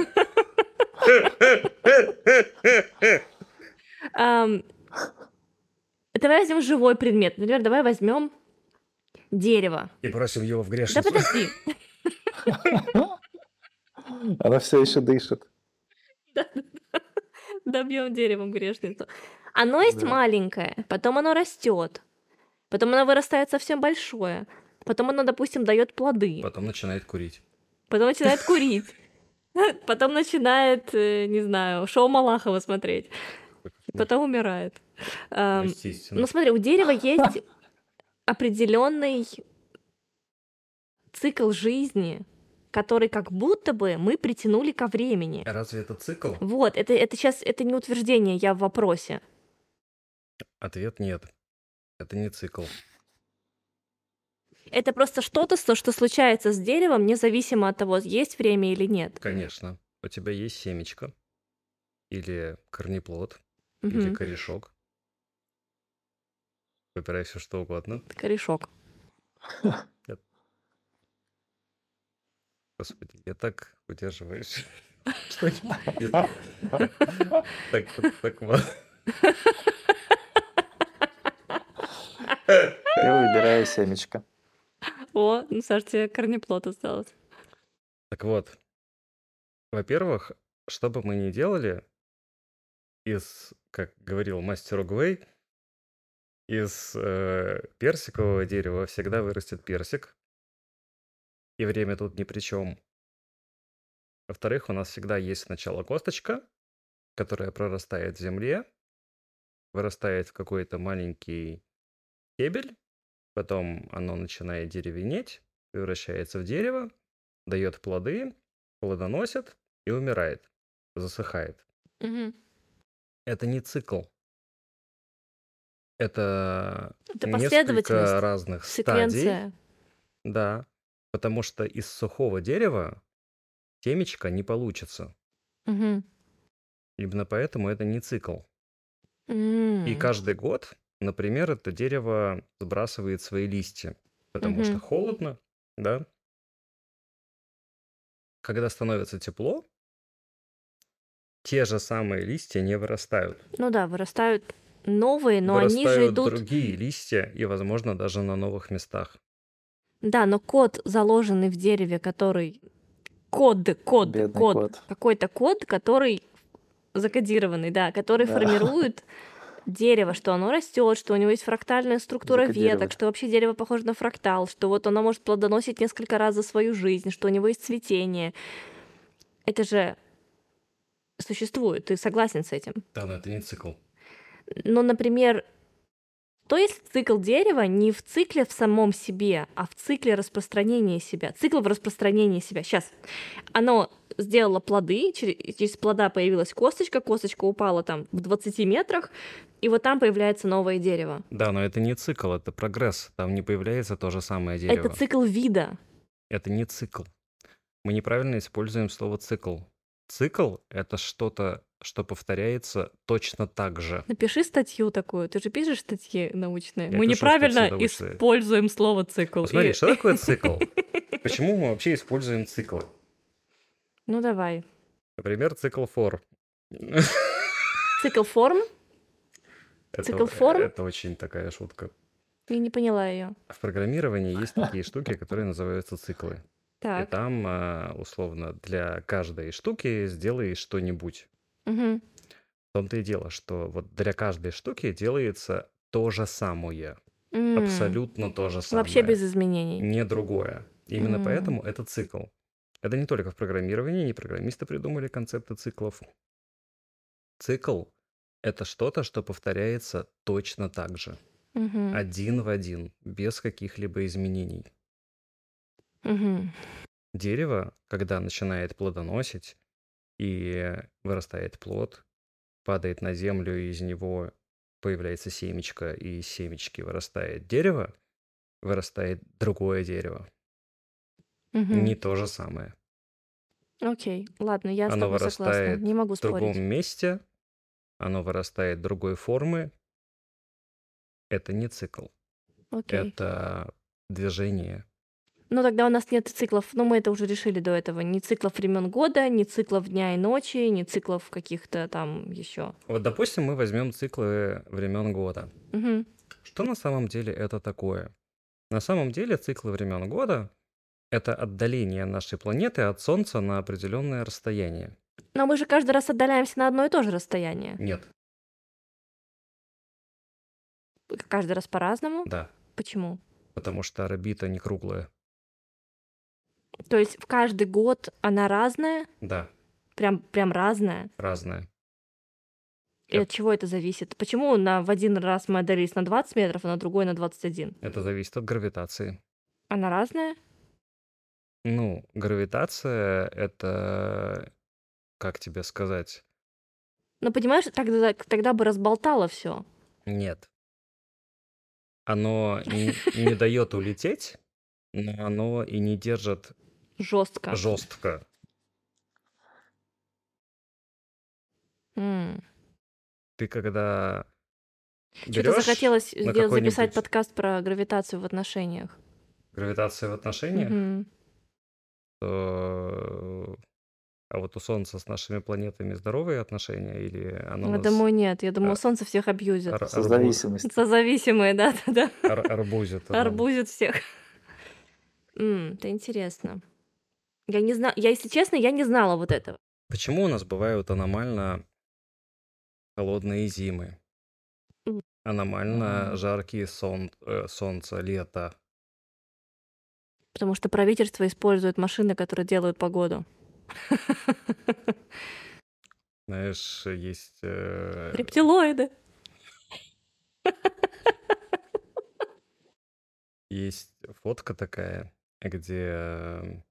Ам, Давай возьмем живой предмет. Например, давай возьмем дерево. И бросим его в Да грешницу. подожди. Она все еще дышит. Добьем деревом грешницу. Оно есть Да. маленькое, потом оно растет, потом оно вырастает совсем большое, потом оно, допустим, дает плоды, Потом начинает курить. потом начинает курить, потом начинает, не знаю, шоу Малахова смотреть, и потом умирает. Ну, Ну, естественно. смотри, у дерева есть определенный цикл жизни, который как будто бы мы притянули ко времени. Разве это цикл? Вот, это сейчас, это не утверждение, я в вопросе. Ответ нет. Это не цикл. Это просто что-то, что случается с деревом, независимо от того, есть время или нет. Конечно. У тебя есть семечко, или корнеплод, или Мгм. корешок. Выбирай все что угодно. Корешок. Господи, я так удерживаюсь. Что не- Так вот. Я выбираю семечко. О, ну, Саш, тебе корнеплод осталось. Так вот. Во-первых, что бы мы ни делали, как говорил мастер Угвей, из персикового дерева всегда вырастет персик, и время тут ни при чем. Во-вторых, у нас всегда есть сначала косточка, которая прорастает в земле, вырастает в какой-то маленький стебель, потом оно начинает деревенеть, превращается в дерево, дает плоды, плодоносит и умирает, засыхает. Мгм. Это не цикл. Это Это несколько последовательность, разных стадий, секвенция. да, потому что из сухого дерева семечко не получится. Мгм. Именно поэтому это не цикл. И М. каждый год, например, это дерево сбрасывает свои листья, потому что Мгм. холодно, да. Когда становится тепло, те же самые листья не вырастают. Ну да, вырастают новые, но они же Вырастают идут... другие листья и, возможно, даже на новых местах. Да, но код, заложенный в дереве, который... Бедный кот. Какой-то код, который закодированный, да, который Да. формирует дерево, что оно растет, что у него есть фрактальная структура веток, Закодировать. что вообще дерево похоже на фрактал, что вот оно может плодоносить несколько раз за свою жизнь, что у него есть цветение. Это же существует, ты согласен с этим? Да, но это не цикл. Ну, например, то есть цикл дерева не в цикле в самом себе, а в цикле распространения себя. Цикл в распространении себя. Сейчас. Оно сделало плоды, через плода появилась косточка, косточка упала там в 20 метрах, и вот там появляется новое дерево. Да, но это не цикл, это прогресс. Там не появляется то же самое дерево. Это цикл вида. Это не цикл. Мы неправильно используем слово цикл. Цикл — это что-то, что повторяется точно так же. Напиши статью такую. Ты же пишешь статьи научные. Я Мы пишу неправильно статьи научные. используем слово цикл. Посмотри, что такое цикл? Почему мы вообще используем циклы? Ну давай. Например, цикл for. Цикл форм? Цикл форм? Это очень такая шутка. Я не поняла ее. В программировании есть такие штуки, которые называются циклы. И Так. там, условно, для каждой штуки сделай что-нибудь. Мгм. В том-то и дело, что вот для каждой штуки делается то же самое. М. Абсолютно то же самое. Вообще без изменений. Не другое. Именно М. поэтому это цикл. Это не только в программировании, не программисты придумали концепты циклов. Цикл — это что-то, что повторяется точно так же. Мгм. Один в один, без каких-либо изменений. Мгм. Дерево, когда начинает плодоносить и вырастает плод, падает на землю, и из него появляется семечко, и из семечки вырастает дерево, вырастает другое дерево. Мгм. Не то же самое. Окей, ладно, я с Оно тобой согласна. вырастает Не могу в другом спорить. месте, оно вырастает другой формы. Это не цикл, Окей. это движение. Ну тогда у нас нет циклов, ну мы это уже решили до этого. Ни циклов времен года, ни циклов дня и ночи, ни циклов каких-то там еще. Вот, допустим, мы возьмем циклы времен года. Мгм. Что на самом деле это такое? На самом деле циклы времен года Это отдаление нашей планеты от Солнца на определенное расстояние. Но мы же каждый раз отдаляемся на одно и то же расстояние. Нет, Каждый раз по-разному. да, Почему? потому что орбита не круглая. То есть в каждый год она разная, Да, прям разная. разная. И от чего это зависит? Почему в один раз мы отдалились на 20 метров, а на другой на 21? Это зависит от гравитации. Она разная? Ну, гравитация — это, как тебе сказать, Ну, понимаешь, тогда бы разболтало все нет. Оно не дает улететь, но оно и не держит жестко. жестко. Ты когда Что-то берешь захотелось на записать какой-нибудь подкаст про гравитацию в отношениях. гравитацию в отношениях, Мгм. то... А вот у Солнца с нашими планетами здоровые отношения или оно Я нас думаю, нет. Я думаю, а, солнце всех абьюзит. Созависимость. Созависимые, да. арбузит? оно? Арбузит всех. Это интересно. Я не знаю, если честно, я не знала вот этого. Почему у нас бывают аномально холодные зимы, М. аномально жаркие солнца, лето? Потому что правительство использует машины, которые делают погоду. Знаешь, есть Рептилоиды. есть фотка такая, где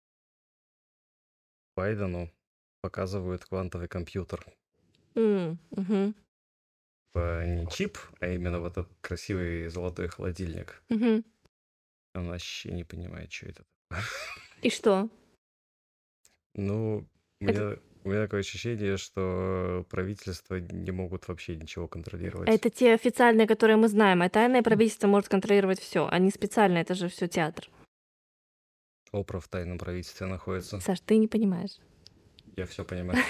Байдену показывают квантовый компьютер. Мгм. Не чип, а именно вот этот красивый золотой холодильник. Мгм. Он вообще не понимает, что это такое. И что? Ну, у меня такое ощущение, что правительства не могут вообще ничего контролировать. Это те официальные, которые мы знаем, а тайное правительство может контролировать все, а не специально, это же все театр. Опра в тайном правительстве находится. Саш, ты не понимаешь. Я все понимаю.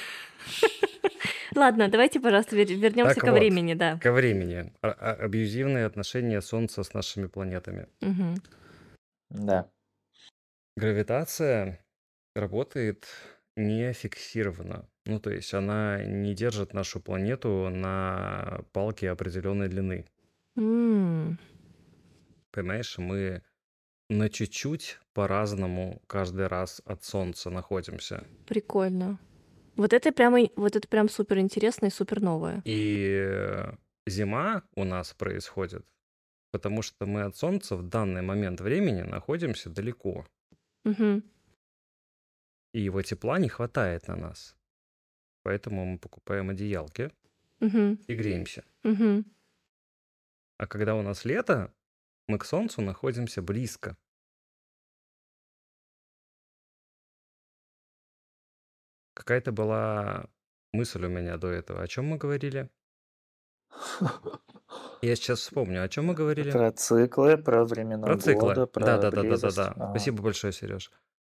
Ладно, давайте, пожалуйста, вернемся Так ко вот, времени, да. ко времени. Абьюзивные отношения Солнца с нашими планетами. Мгм. Да. Гравитация работает не фиксированно. Ну, то есть она не держит нашу планету на палке определенной длины. М, Понимаешь, мы на чуть-чуть по-разному каждый раз от Солнца находимся. Прикольно. Вот это прям супер интересно и супер новое. И зима у нас происходит, потому что мы от Солнца в данный момент времени находимся далеко. Мгм. И его тепла не хватает на нас. Поэтому мы покупаем одеялки Мгм. и греемся. Мгм. А когда у нас лето, мы к Солнцу находимся близко. Какая-то была мысль у меня до этого. О чем мы говорили? Я сейчас вспомню, о чем мы говорили. Про циклы, про времена Про циклы. года, про близость. Да. Ага. Спасибо большое, Сереж.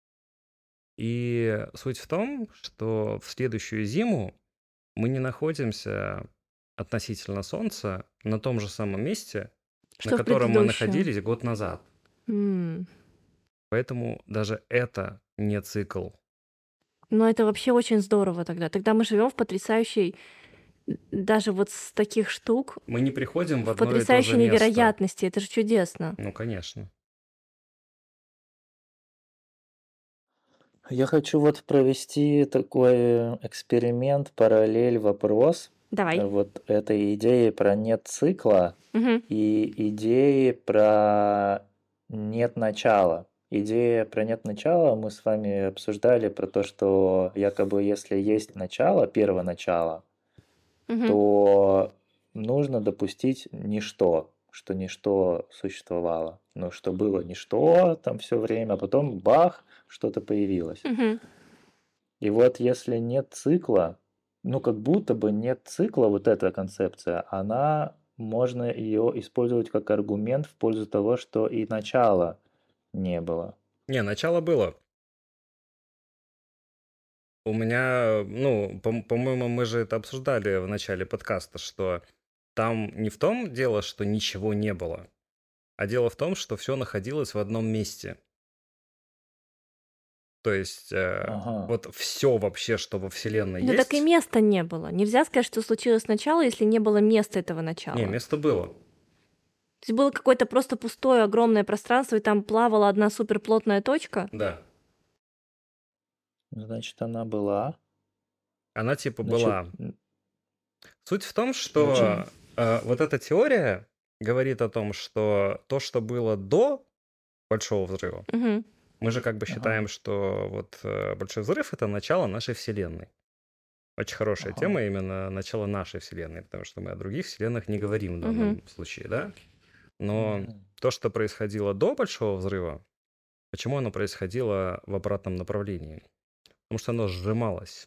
И суть в том, что в следующую зиму мы не находимся относительно Солнца на том же самом месте, Что на в котором мы предыдущем? находились год назад. М. Поэтому даже это не цикл. Ну, это вообще очень здорово тогда. Тогда мы живем в потрясающей, даже вот с таких штук, Мы не приходим в в одно и то же потрясающей место. невероятности. Это же чудесно. Ну, конечно. Я хочу вот провести такой эксперимент, параллель, вопрос. Давай. Вот этой идеи про нет цикла Мгм. и идеи про нет начала. Идея про нет начала мы с вами обсуждали про то, что якобы если есть начало, первоначало, Мгм. то нужно допустить ничто, что ничто существовало. Ну, что было ничто там все время, а потом бах, что-то появилось. Мгм. И вот если нет цикла, ну как будто бы нет цикла, вот эта концепция, она, можно ее использовать как аргумент в пользу того, что и начала не было. Не, начало было. У меня, ну, по-моему, мы же это обсуждали в начале подкаста, что там не в том дело, что ничего не было, а дело в том, что все находилось в одном месте. То есть Ага. вот все вообще, что во Вселенной Да так и есть, места не было. Нельзя сказать, что случилось сначала, если не было места этого не, начала. место было. То есть было какое-то просто пустое огромное пространство, и там плавала одна суперплотная точка. Да. Значит, она была. Она типа Значит, была. Суть в том, значит, что вот эта теория говорит о том, что то, что было до Большого взрыва, Мгм. мы же как бы ага, считаем, что вот Большой взрыв — это начало нашей Вселенной. Очень хорошая ага. тема именно начало нашей Вселенной, потому что мы о других Вселенных не говорим в данном случае, да? Но Мгм. то, что происходило до Большого взрыва, почему оно происходило в обратном направлении? Потому что оно сжималось.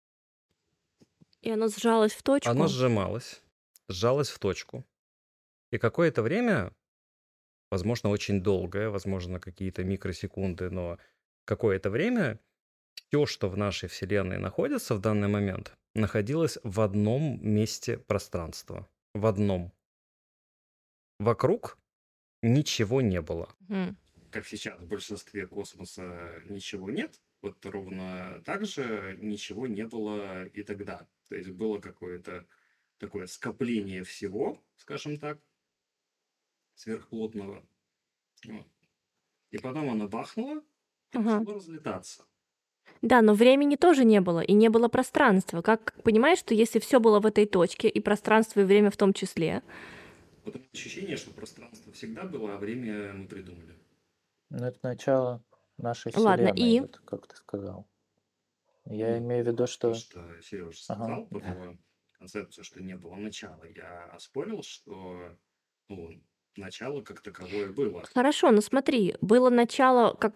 И оно сжалось в Оно точку. сжалось в точку. И какое-то время, возможно, очень долгое, возможно, какие-то микросекунды, но какое-то время все, что в нашей Вселенной находится в данный момент, находилось в одном месте пространства. В одном. Вокруг ничего не было. Мгм. Как сейчас в большинстве космоса ничего нет, вот ровно так же ничего не было и тогда. То есть было какое-то такое скопление всего, скажем так, сверхплотного. Вот. И потом оно бахнуло и Ага. начало разлетаться. Да, но времени тоже не было, и не было пространства. Как понимаешь, что если все было в этой точке, и пространство, и время в том числе, Потому ощущение, что пространство всегда было, а время мы придумали. Ну, это начало нашей ладно, Вселенной, и вот как ты сказал. Я Ну, имею в виду, то, что... что Сережа Ага. сказал про концепцию, что не было начала, я оспорил, что ну, начало как таковое было. хорошо, но смотри, было начало, как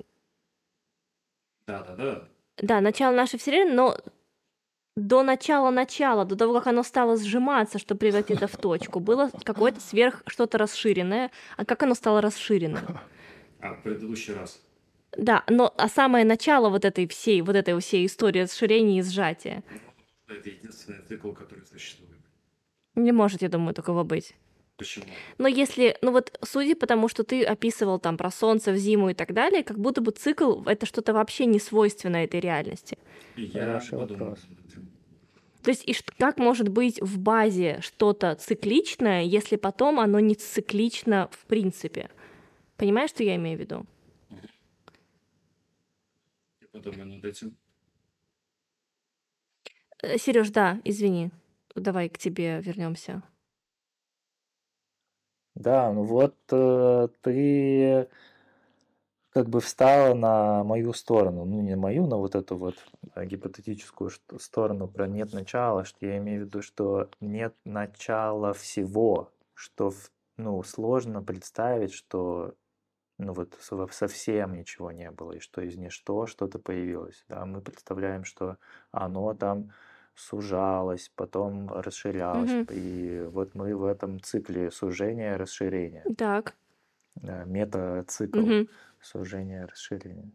Да-да-да. да, начало нашей Вселенной, но до начала, до того, как оно стало сжиматься, чтобы превратиться в точку, было какое-то сверх что-то расширенное. А как оно стало расширенным? А в предыдущий раз. Да, но самое начало вот этой всей истории расширения и сжатия Это единственный цикл, который существует. не может, я думаю, такого быть. Почему? Но если, ну вот, судя по тому, что ты описывал там про солнце в зиму и так далее, как будто бы цикл — это что-то вообще не свойственное этой реальности. И я Хороший подумал вопрос. над этим. То есть как может быть в базе что-то цикличное, если потом оно не циклично в принципе? Понимаешь, что я имею в виду? Я подумаю над этим. Сереж, да, извини. Давай к тебе вернемся. Да, ну вот ты как бы встала на мою сторону, ну не мою, но вот эту вот гипотетическую сторону про нет начала, что я имею в виду, что нет начала всего, что ну, сложно представить, что ну вот совсем ничего не было, и что из ничто что-то появилось. Да, мы представляем, что оно там сужалось, потом расширялось, Мгм. и вот мы в этом цикле сужения-расширения, Так. метацикл Мгм. сужения-расширения.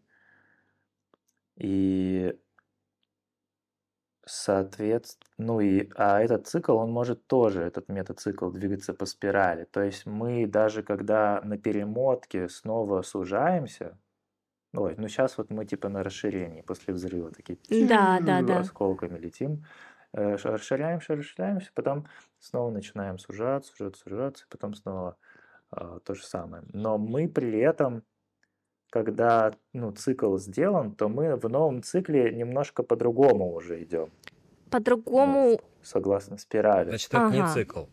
И соответственно, ну и, этот цикл, он может тоже, этот метацикл, двигаться по спирали. То есть мы даже когда на перемотке снова сужаемся, ой, ну сейчас вот мы типа на расширении после взрыва такие Да. осколками летим, расширяемся, потом снова начинаем сужаться, и потом снова то же самое. Но мы при этом, когда ну, цикл сделан, то мы в новом цикле немножко по-другому уже идем. Ну, По-другому. согласно спирали. Значит, это не Ага. цикл.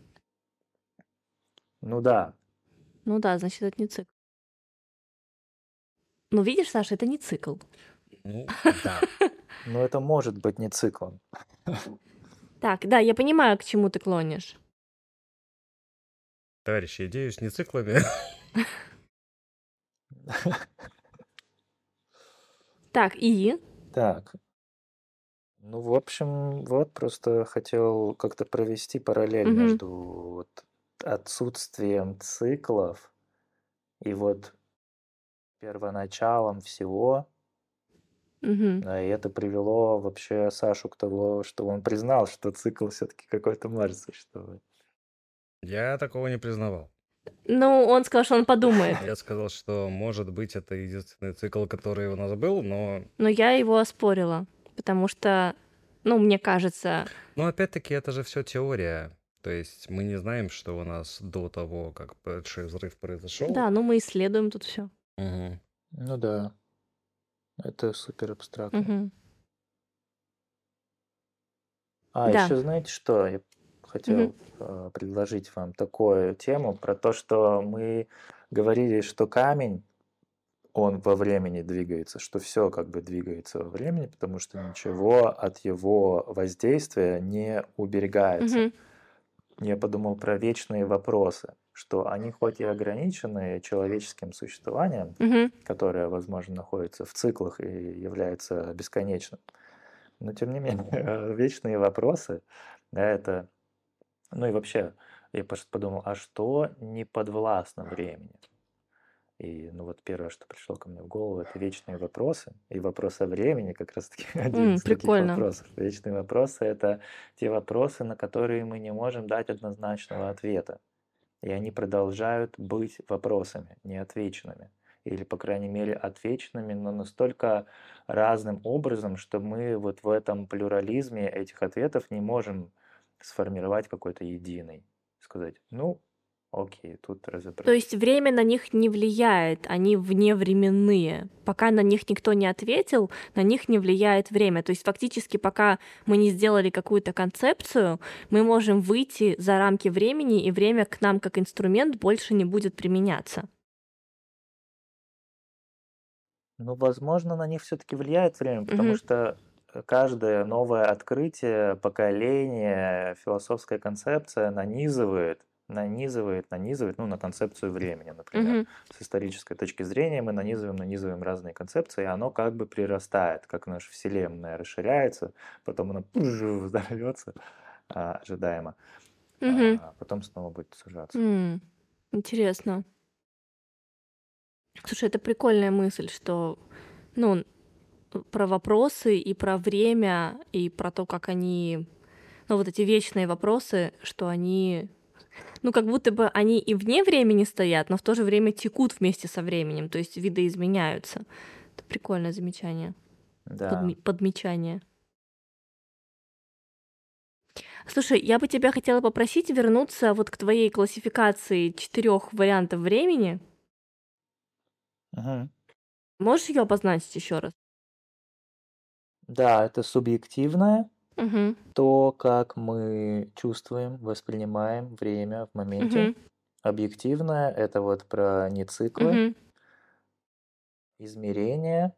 Ну да, Ну да, значит, это не цикл. Ну, видишь, Саша, это не цикл. Ну, да. но это может быть не циклом. Так, да, я понимаю, к чему ты клонишь. Товарищи, идею с нециклами. Так, и? Так, ну, в общем, вот просто хотел как-то провести параллель Мгм. между вот отсутствием циклов и вот первоначалом всего. Мгм. И это привело вообще Сашу к тому, что он признал, что цикл все-таки какой-то может существовать. Я такого не признавал. Ну, он сказал, что он подумает. Я сказал, что, может быть, это единственный цикл, который у нас был, но... Но я его оспорила, потому что, ну, мне кажется... Но опять-таки это же все теория. То есть мы не знаем, что у нас до того, как большой взрыв произошел. Да, ну мы исследуем тут все. Мгм. Ну да, это супер абстрактно. А Да. еще знаете что? Я хотел предложить вам такую тему про то, что мы говорили, что камень, он во времени двигается, что все как бы двигается во времени, потому что ничего от его воздействия не уберегается. Я подумал про вечные вопросы, что они хоть и ограничены человеческим существованием, которое, возможно, находится в циклах и является бесконечным, но тем не менее, вечные вопросы, да, это... Ну и вообще, я просто подумал, а что не подвластно времени? И ну вот первое, что пришло ко мне в голову, это вечные вопросы. И вопрос о времени как раз-таки один из таких Прикольно. вопросов. Вечные вопросы — это те вопросы, на которые мы не можем дать однозначного ответа. И они продолжают быть вопросами, неотвеченными. Или, по крайней мере, отвеченными, но настолько разным образом, что мы вот в этом плюрализме этих ответов не можем сформировать какой-то единый. Сказать, ну, окей, тут То разобрались. есть время на них не влияет, они вневременные. Пока на них никто не ответил, на них не влияет время. То есть фактически, пока мы не сделали какую-то концепцию, мы можем выйти за рамки времени, и время к нам как инструмент больше не будет применяться. Ну, возможно, на них все-таки влияет время, потому что каждое новое открытие, поколение, философская концепция нанизывает, ну, на концепцию времени, например. С исторической точки зрения мы нанизываем разные концепции, и оно как бы прирастает, как наша Вселенная расширяется, потом она взорвется ожидаемо, а потом снова будет сужаться. Интересно. Слушай, это прикольная мысль, что, ну, про вопросы и про время, и про то, как они, ну, вот эти вечные вопросы, что они, ну, как будто бы они и вне времени стоят, но в то же время текут вместе со временем, то есть видоизменяются. Это прикольное замечание, Да. подмечание. Слушай, я бы тебя хотела попросить вернуться вот к твоей классификации 4 вариантов времени. Мгм. Можешь ее обозначить еще раз? Да, это субъективное, Угу. то, как мы чувствуем, воспринимаем время в моменте. Объективное — это вот про нециклы, измерение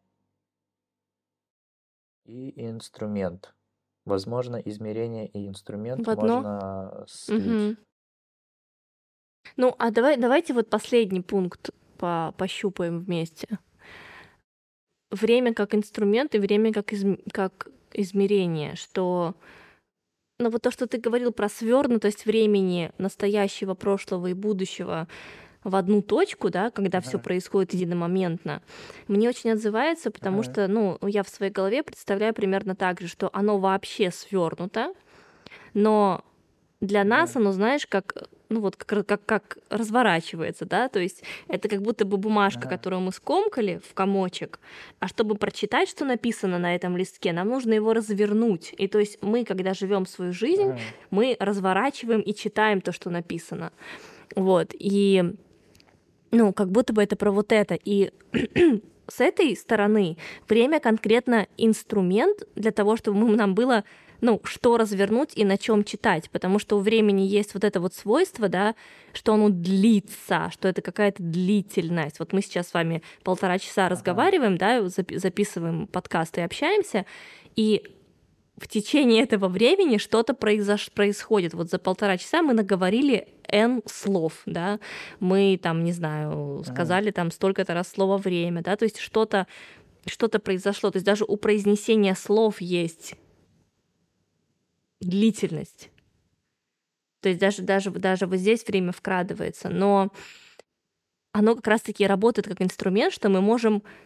и инструмент. Возможно, измерение и инструмент В одно? можно слить. Ну, а давайте вот последний пункт пощупаем вместе. Время как инструмент и время как измерение, что, ну, вот то, что ты говорил про свёрнутость времени настоящего, прошлого и будущего в одну точку, да, когда все происходит единомоментно, мне очень отзывается, потому что, ну, я в своей голове представляю примерно так же, что оно вообще свёрнуто, но для нас оно, знаешь, как, ну вот как разворачивается, да, то есть это как будто бы бумажка, которую мы скомкали в комочек, а чтобы прочитать, что написано на этом листке, нам нужно его развернуть. И то есть мы, когда живем свою жизнь, мы разворачиваем и читаем то, что написано. Вот, и, ну, как будто бы это про вот это. И с этой стороны время конкретно инструмент для того, чтобы нам было, ну, что развернуть и на чем читать, потому что у времени есть вот это вот свойство, да, что оно длится, что это какая-то длительность. Вот мы сейчас с вами 1,5 часа разговариваем, да, записываем подкаст и общаемся, и в течение этого времени что-то происходит. Вот за 1,5 часа мы наговорили N слов, да, мы там, не знаю, сказали там столько-то раз слово «время», да, то есть что-то произошло. То есть даже у произнесения слов есть длительность. То есть даже вот здесь время вкрадывается, но оно как раз-таки работает как инструмент, что мы можем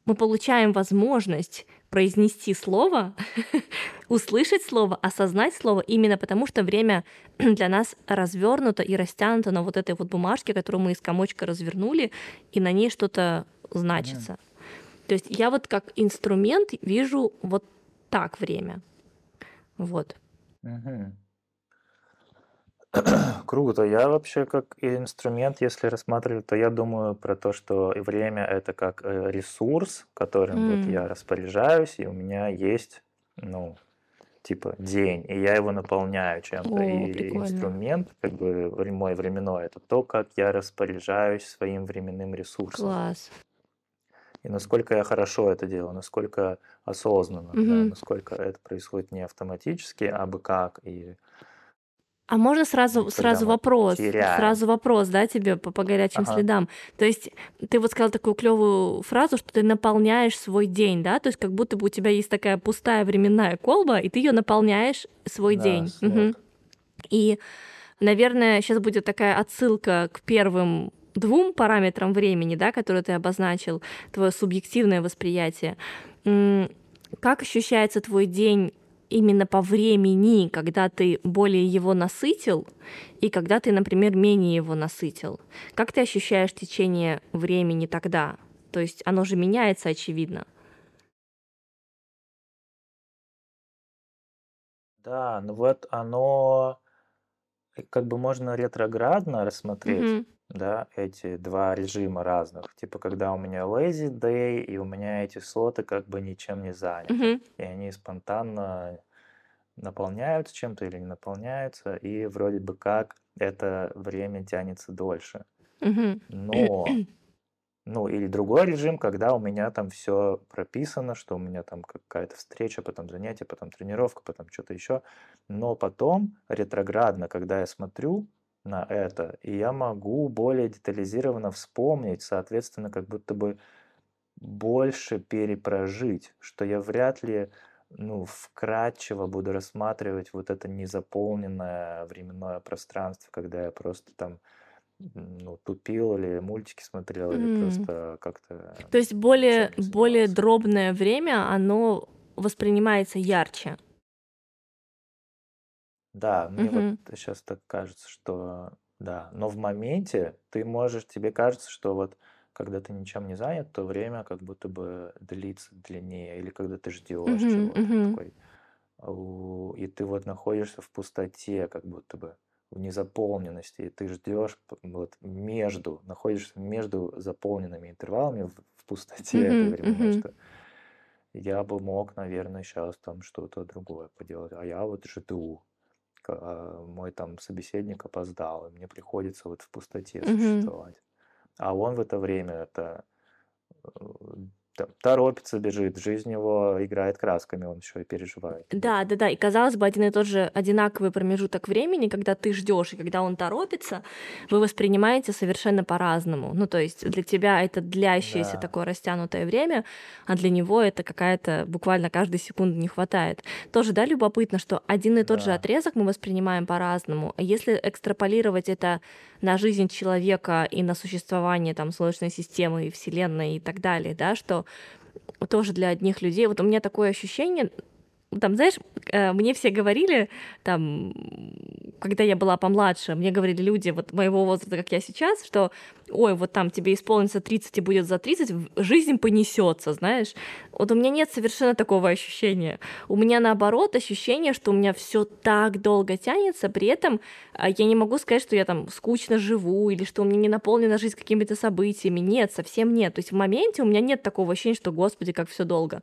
мы получаем возможность произнести слово, услышать слово, осознать слово именно потому, что время для нас развернуто и растянуто на вот этой вот бумажке, которую мы из комочка развернули, и на ней что-то Мгм. значится. То есть я вот как инструмент вижу вот так время. Вот. Мгм. Круто. Я вообще как инструмент, если рассматривать, то я думаю про то, что и время это как ресурс, которым вот М. я распоряжаюсь, и у меня есть, ну, типа день, и я его наполняю чем-то. О, И прикольно. инструмент, как бы мой временной, это то, как я распоряжаюсь своим временным ресурсом. Класс. И насколько я хорошо это делаю, насколько осознанно, да, Мгм. насколько это происходит не автоматически, а бы как, и А можно сразу когда сразу мы вопрос теряем. да, тебе по горячим Ага. следам? То есть ты вот сказал такую клёвую фразу, что ты наполняешь свой день, да? То есть как будто бы у тебя есть такая пустая временная колба, и ты её наполняешь свой Да, день. Мгм. вот. И, наверное, сейчас будет такая отсылка к первым двум параметрам времени, да, которые ты обозначил, твое субъективное восприятие. М, Как ощущается твой день именно по времени, когда ты более его насытил и когда ты, например, менее его насытил? Как ты ощущаешь течение времени тогда? То есть оно же меняется, очевидно. Да, ну вот оно как бы можно ретроградно рассмотреть, Мгм. да, эти два режима разных. Типа, когда у меня lazy day, и у меня эти слоты как бы ничем не заняты. Мгм. И они спонтанно наполняются чем-то или не наполняются, и вроде бы как это время тянется дольше. Мгм. Но ну, или другой режим, когда у меня там все прописано, что у меня там какая-то встреча, потом занятие, потом тренировка, потом что-то еще. Но потом ретроградно, когда я смотрю на это, и я могу более детализированно вспомнить, соответственно, как будто бы больше перепрожить, что я вряд ли, ну, вкратчиво буду рассматривать вот это незаполненное временное пространство, когда я просто там ну, тупил или мультики смотрел, или М. просто как-то То есть ничем не более занимался. дробное время, оно воспринимается ярче. Да, мне вот Мгм. сейчас так кажется, что да, но в моменте ты можешь, тебе кажется, что вот когда ты ничем не занят, то время как будто бы длится длиннее, или когда ты ждешь Мгм. чего-то Мгм. такой, и ты вот находишься в пустоте, как будто бы в незаполненности, и ты ждешь вот между, находишься между заполненными интервалами в пустоте этой Мгм. временной, Мгм. что я бы мог, наверное, сейчас там что-то другое поделать, а я вот жду, мой там собеседник опоздал, и мне приходится вот в пустоте Мгм. существовать. А он в это время это э, торопится, бежит, жизнь его играет красками, он еще и переживает об Да, этом. да-да. И казалось бы, один и тот же одинаковый промежуток времени, когда ты ждешь и когда он торопится, вы воспринимаете совершенно по-разному. Ну, то есть для тебя это длящееся Да, такое растянутое время, а для него это какая-то буквально каждой секунды не хватает. Тоже, да, любопытно, что один и тот же да, отрезок мы воспринимаем по-разному. А если экстраполировать это на жизнь человека и на существование там Солнечной системы и Вселенной и так далее, да, что тоже для одних людей. Вот у меня такое ощущение, там, знаешь, мне все говорили, там, когда я была помладше, мне говорили люди вот моего возраста, как я сейчас, что, ой, вот там тебе исполнится 30 и будет за 30, жизнь понесется, знаешь. Вот у меня нет совершенно такого ощущения. У меня наоборот ощущение, что у меня все так долго тянется, при этом я не могу сказать, что я там скучно живу или что у меня не наполнена жизнь какими-то событиями. Нет, совсем нет. То есть в моменте у меня нет такого ощущения, что, господи, как все долго.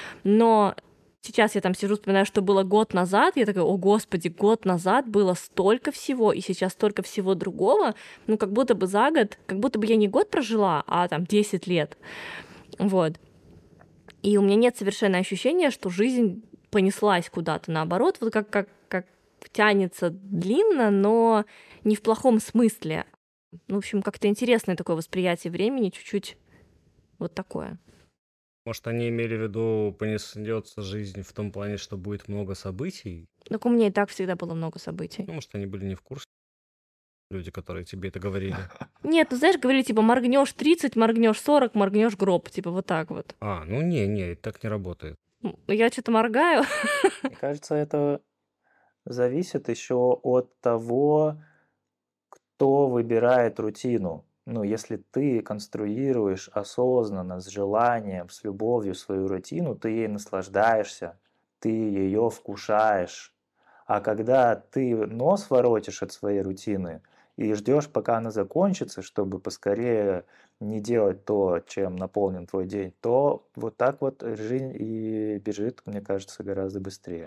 Но сейчас я там сижу, вспоминаю, что было год назад, я такая: "О, господи, год назад было столько всего, и сейчас столько всего другого". Ну, как будто бы за год, как будто бы я не год прожила, а там 10 лет. Вот. И у меня нет совершенно ощущения, что жизнь понеслась куда-то. Наоборот, вот как тянется длинно, но не в плохом смысле. Ну, в общем, как-то интересное такое восприятие времени, чуть-чуть вот такое. Может, они имели в виду, понесется жизнь в том плане, что будет много событий? Так у меня и так всегда было много событий. Ну, может, они были не в курсе. люди, которые тебе это говорили? Нет, ну знаешь, говорили, типа, моргнешь 30, моргнешь 40, моргнешь гроб, типа вот так вот. Ну не, так не работает. Я что-то моргаю. Мне кажется, это зависит еще от того, кто выбирает рутину. Ну, если ты конструируешь осознанно, с желанием, с любовью свою рутину, ты ей наслаждаешься, ты ее вкушаешь. А когда ты нос воротишь от своей рутины и ждешь, пока она закончится, чтобы поскорее не делать то, чем наполнен твой день, то вот так вот жизнь и бежит, мне кажется, гораздо быстрее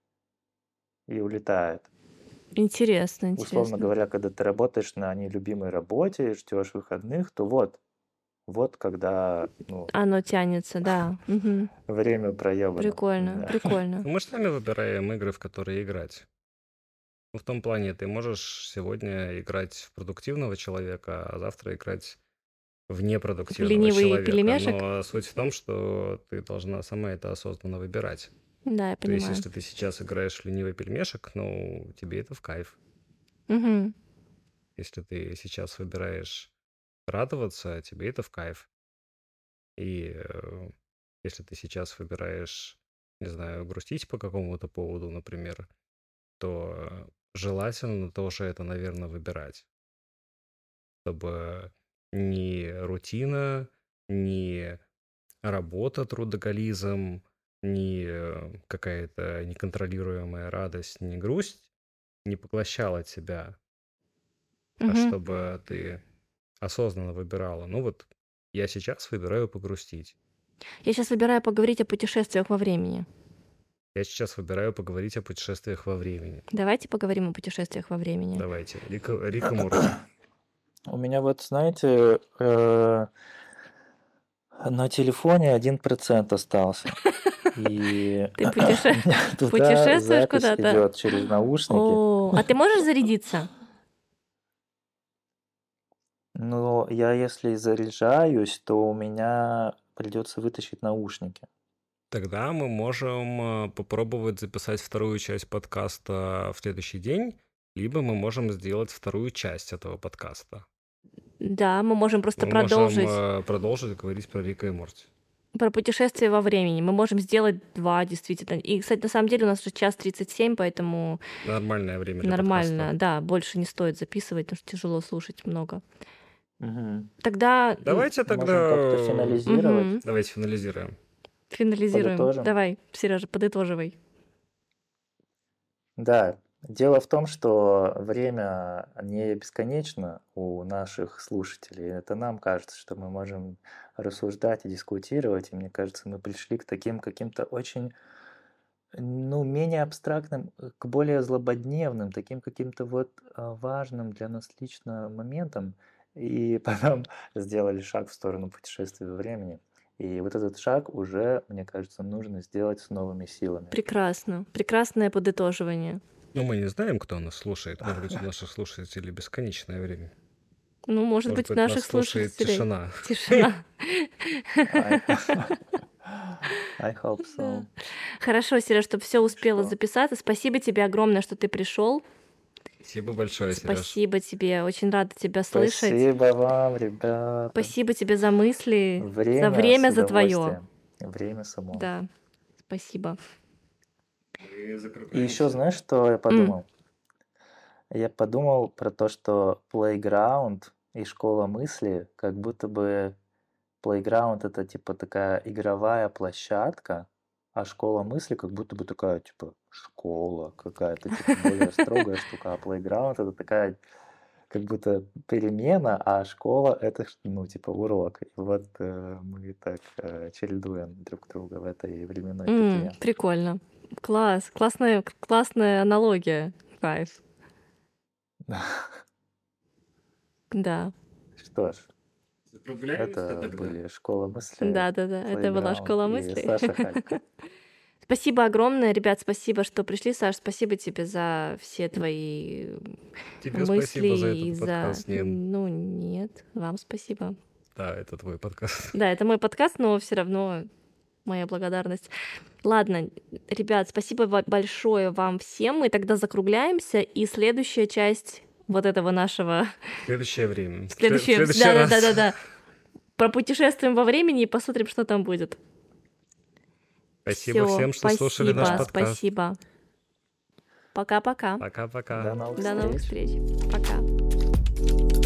и улетает. Интересно, Условно интересно. говоря, когда ты работаешь на нелюбимой работе, ждешь выходных, то вот когда Оно тянется, да. Мгм. время проебано. Прикольно, Да. прикольно. Мы же сами выбираем игры, в которые играть. Ну, в том плане, ты можешь сегодня играть в продуктивного человека, а завтра играть в непродуктивного ленивый человека. пельмешек? Но суть в том, что ты должна сама это осознанно выбирать. Да, я То есть, понимаю. если ты сейчас играешь в ленивый пельмешек, ну, тебе это в кайф. Мгм. Если ты сейчас выбираешь радоваться, тебе это в кайф. И если ты сейчас выбираешь, не знаю, грустить по какому-то поводу, например, то желательно тоже это, наверное, выбирать. Чтобы ни рутина, ни работа, трудоголизм, ни какая-то неконтролируемая радость, ни грусть не поглощала тебя, а Мгм. чтобы ты осознанно выбирала. Ну вот я сейчас выбираю погрустить. Я сейчас выбираю поговорить о путешествиях во времени. Я сейчас выбираю поговорить о путешествиях во времени. Давайте поговорим о путешествиях во времени. Давайте. Рик и Морти. У меня вот, знаете, на телефоне 1% остался. И Ты у меня туда путешествуешь запись куда-то? идет через наушники. О, а ты можешь зарядиться? Но я если заряжаюсь, то у меня придется вытащить наушники. Тогда мы можем попробовать записать вторую часть подкаста в следующий день, либо мы можем сделать вторую часть этого подкаста. Да, мы можем просто Мы продолжить можем продолжить говорить про Рика и Морти. про путешествие во времени. Мы можем сделать 2, действительно. И, кстати, на самом деле у нас уже 1:37, поэтому Нормальное время для нормально. подкаста. Да, больше не стоит записывать, потому что тяжело слушать много. Мгм. Тогда Давайте Можем тогда... как-то финализировать. мгм, Давайте финализируем. финализируем. Подытожим. Давай, Сережа, подытоживай. Да, дело в том, что время не бесконечно у наших слушателей. Это нам кажется, что мы можем рассуждать и дискутировать, и мне кажется, мы пришли к таким каким-то очень, менее абстрактным, к более злободневным, таким каким-то вот важным для нас лично моментам, и потом сделали шаг в сторону путешествия во времени. И вот этот шаг уже, мне кажется, нужно сделать с новыми силами. Прекрасно. Прекрасное подытоживание. Но мы не знаем, кто нас слушает. Может быть, у наших слушателей бесконечное время. Ну, может Может быть, быть, наших нас слушает слушателей тишина. тишина. I hope so. Хорошо, Сереж, чтобы все успело Что? записаться. Спасибо тебе огромное, что ты пришел. Спасибо большое, Сереж. Спасибо тебе. Очень рада тебя слышать. Спасибо вам, ребята. Спасибо тебе за мысли, Время за время, с за твое. удовольствием. Время само. Да, спасибо. И еще знаешь, что я подумал? Я подумал про то, что playground и школа мысли, как будто бы playground это типа такая игровая площадка, а школа мысли как будто бы такая типа школа какая-то, типа более строгая штука, а playground это такая как будто перемена, а школа это типа урок. И вот мы так чередуем друг друга в этой временной петле. Прикольно. Класс. Классная аналогия. Кайф. Да. Что ж, это были школа мысли. Да. Это была Playground школа и мыслей. Саша Халька. Спасибо огромное, ребят, спасибо, что пришли. Саш, спасибо тебе за все твои Тебе мысли. спасибо за и этот подкаст, Нин. Ну, нет, вам спасибо. Да, это твой подкаст. Да, это мой подкаст, но все равно моя благодарность. Ладно, ребят, спасибо большое вам всем. Мы тогда закругляемся, и следующая часть вот этого нашего В следующее время. В следующего... следующий раз. Да-да-да-да. Пропутешествуем во времени и посмотрим, что там будет. Спасибо Все, всем, что слушали наш спасибо, подкаст. спасибо. Пока-пока. До Пока-пока. новых До новых встреч. встреч. Пока.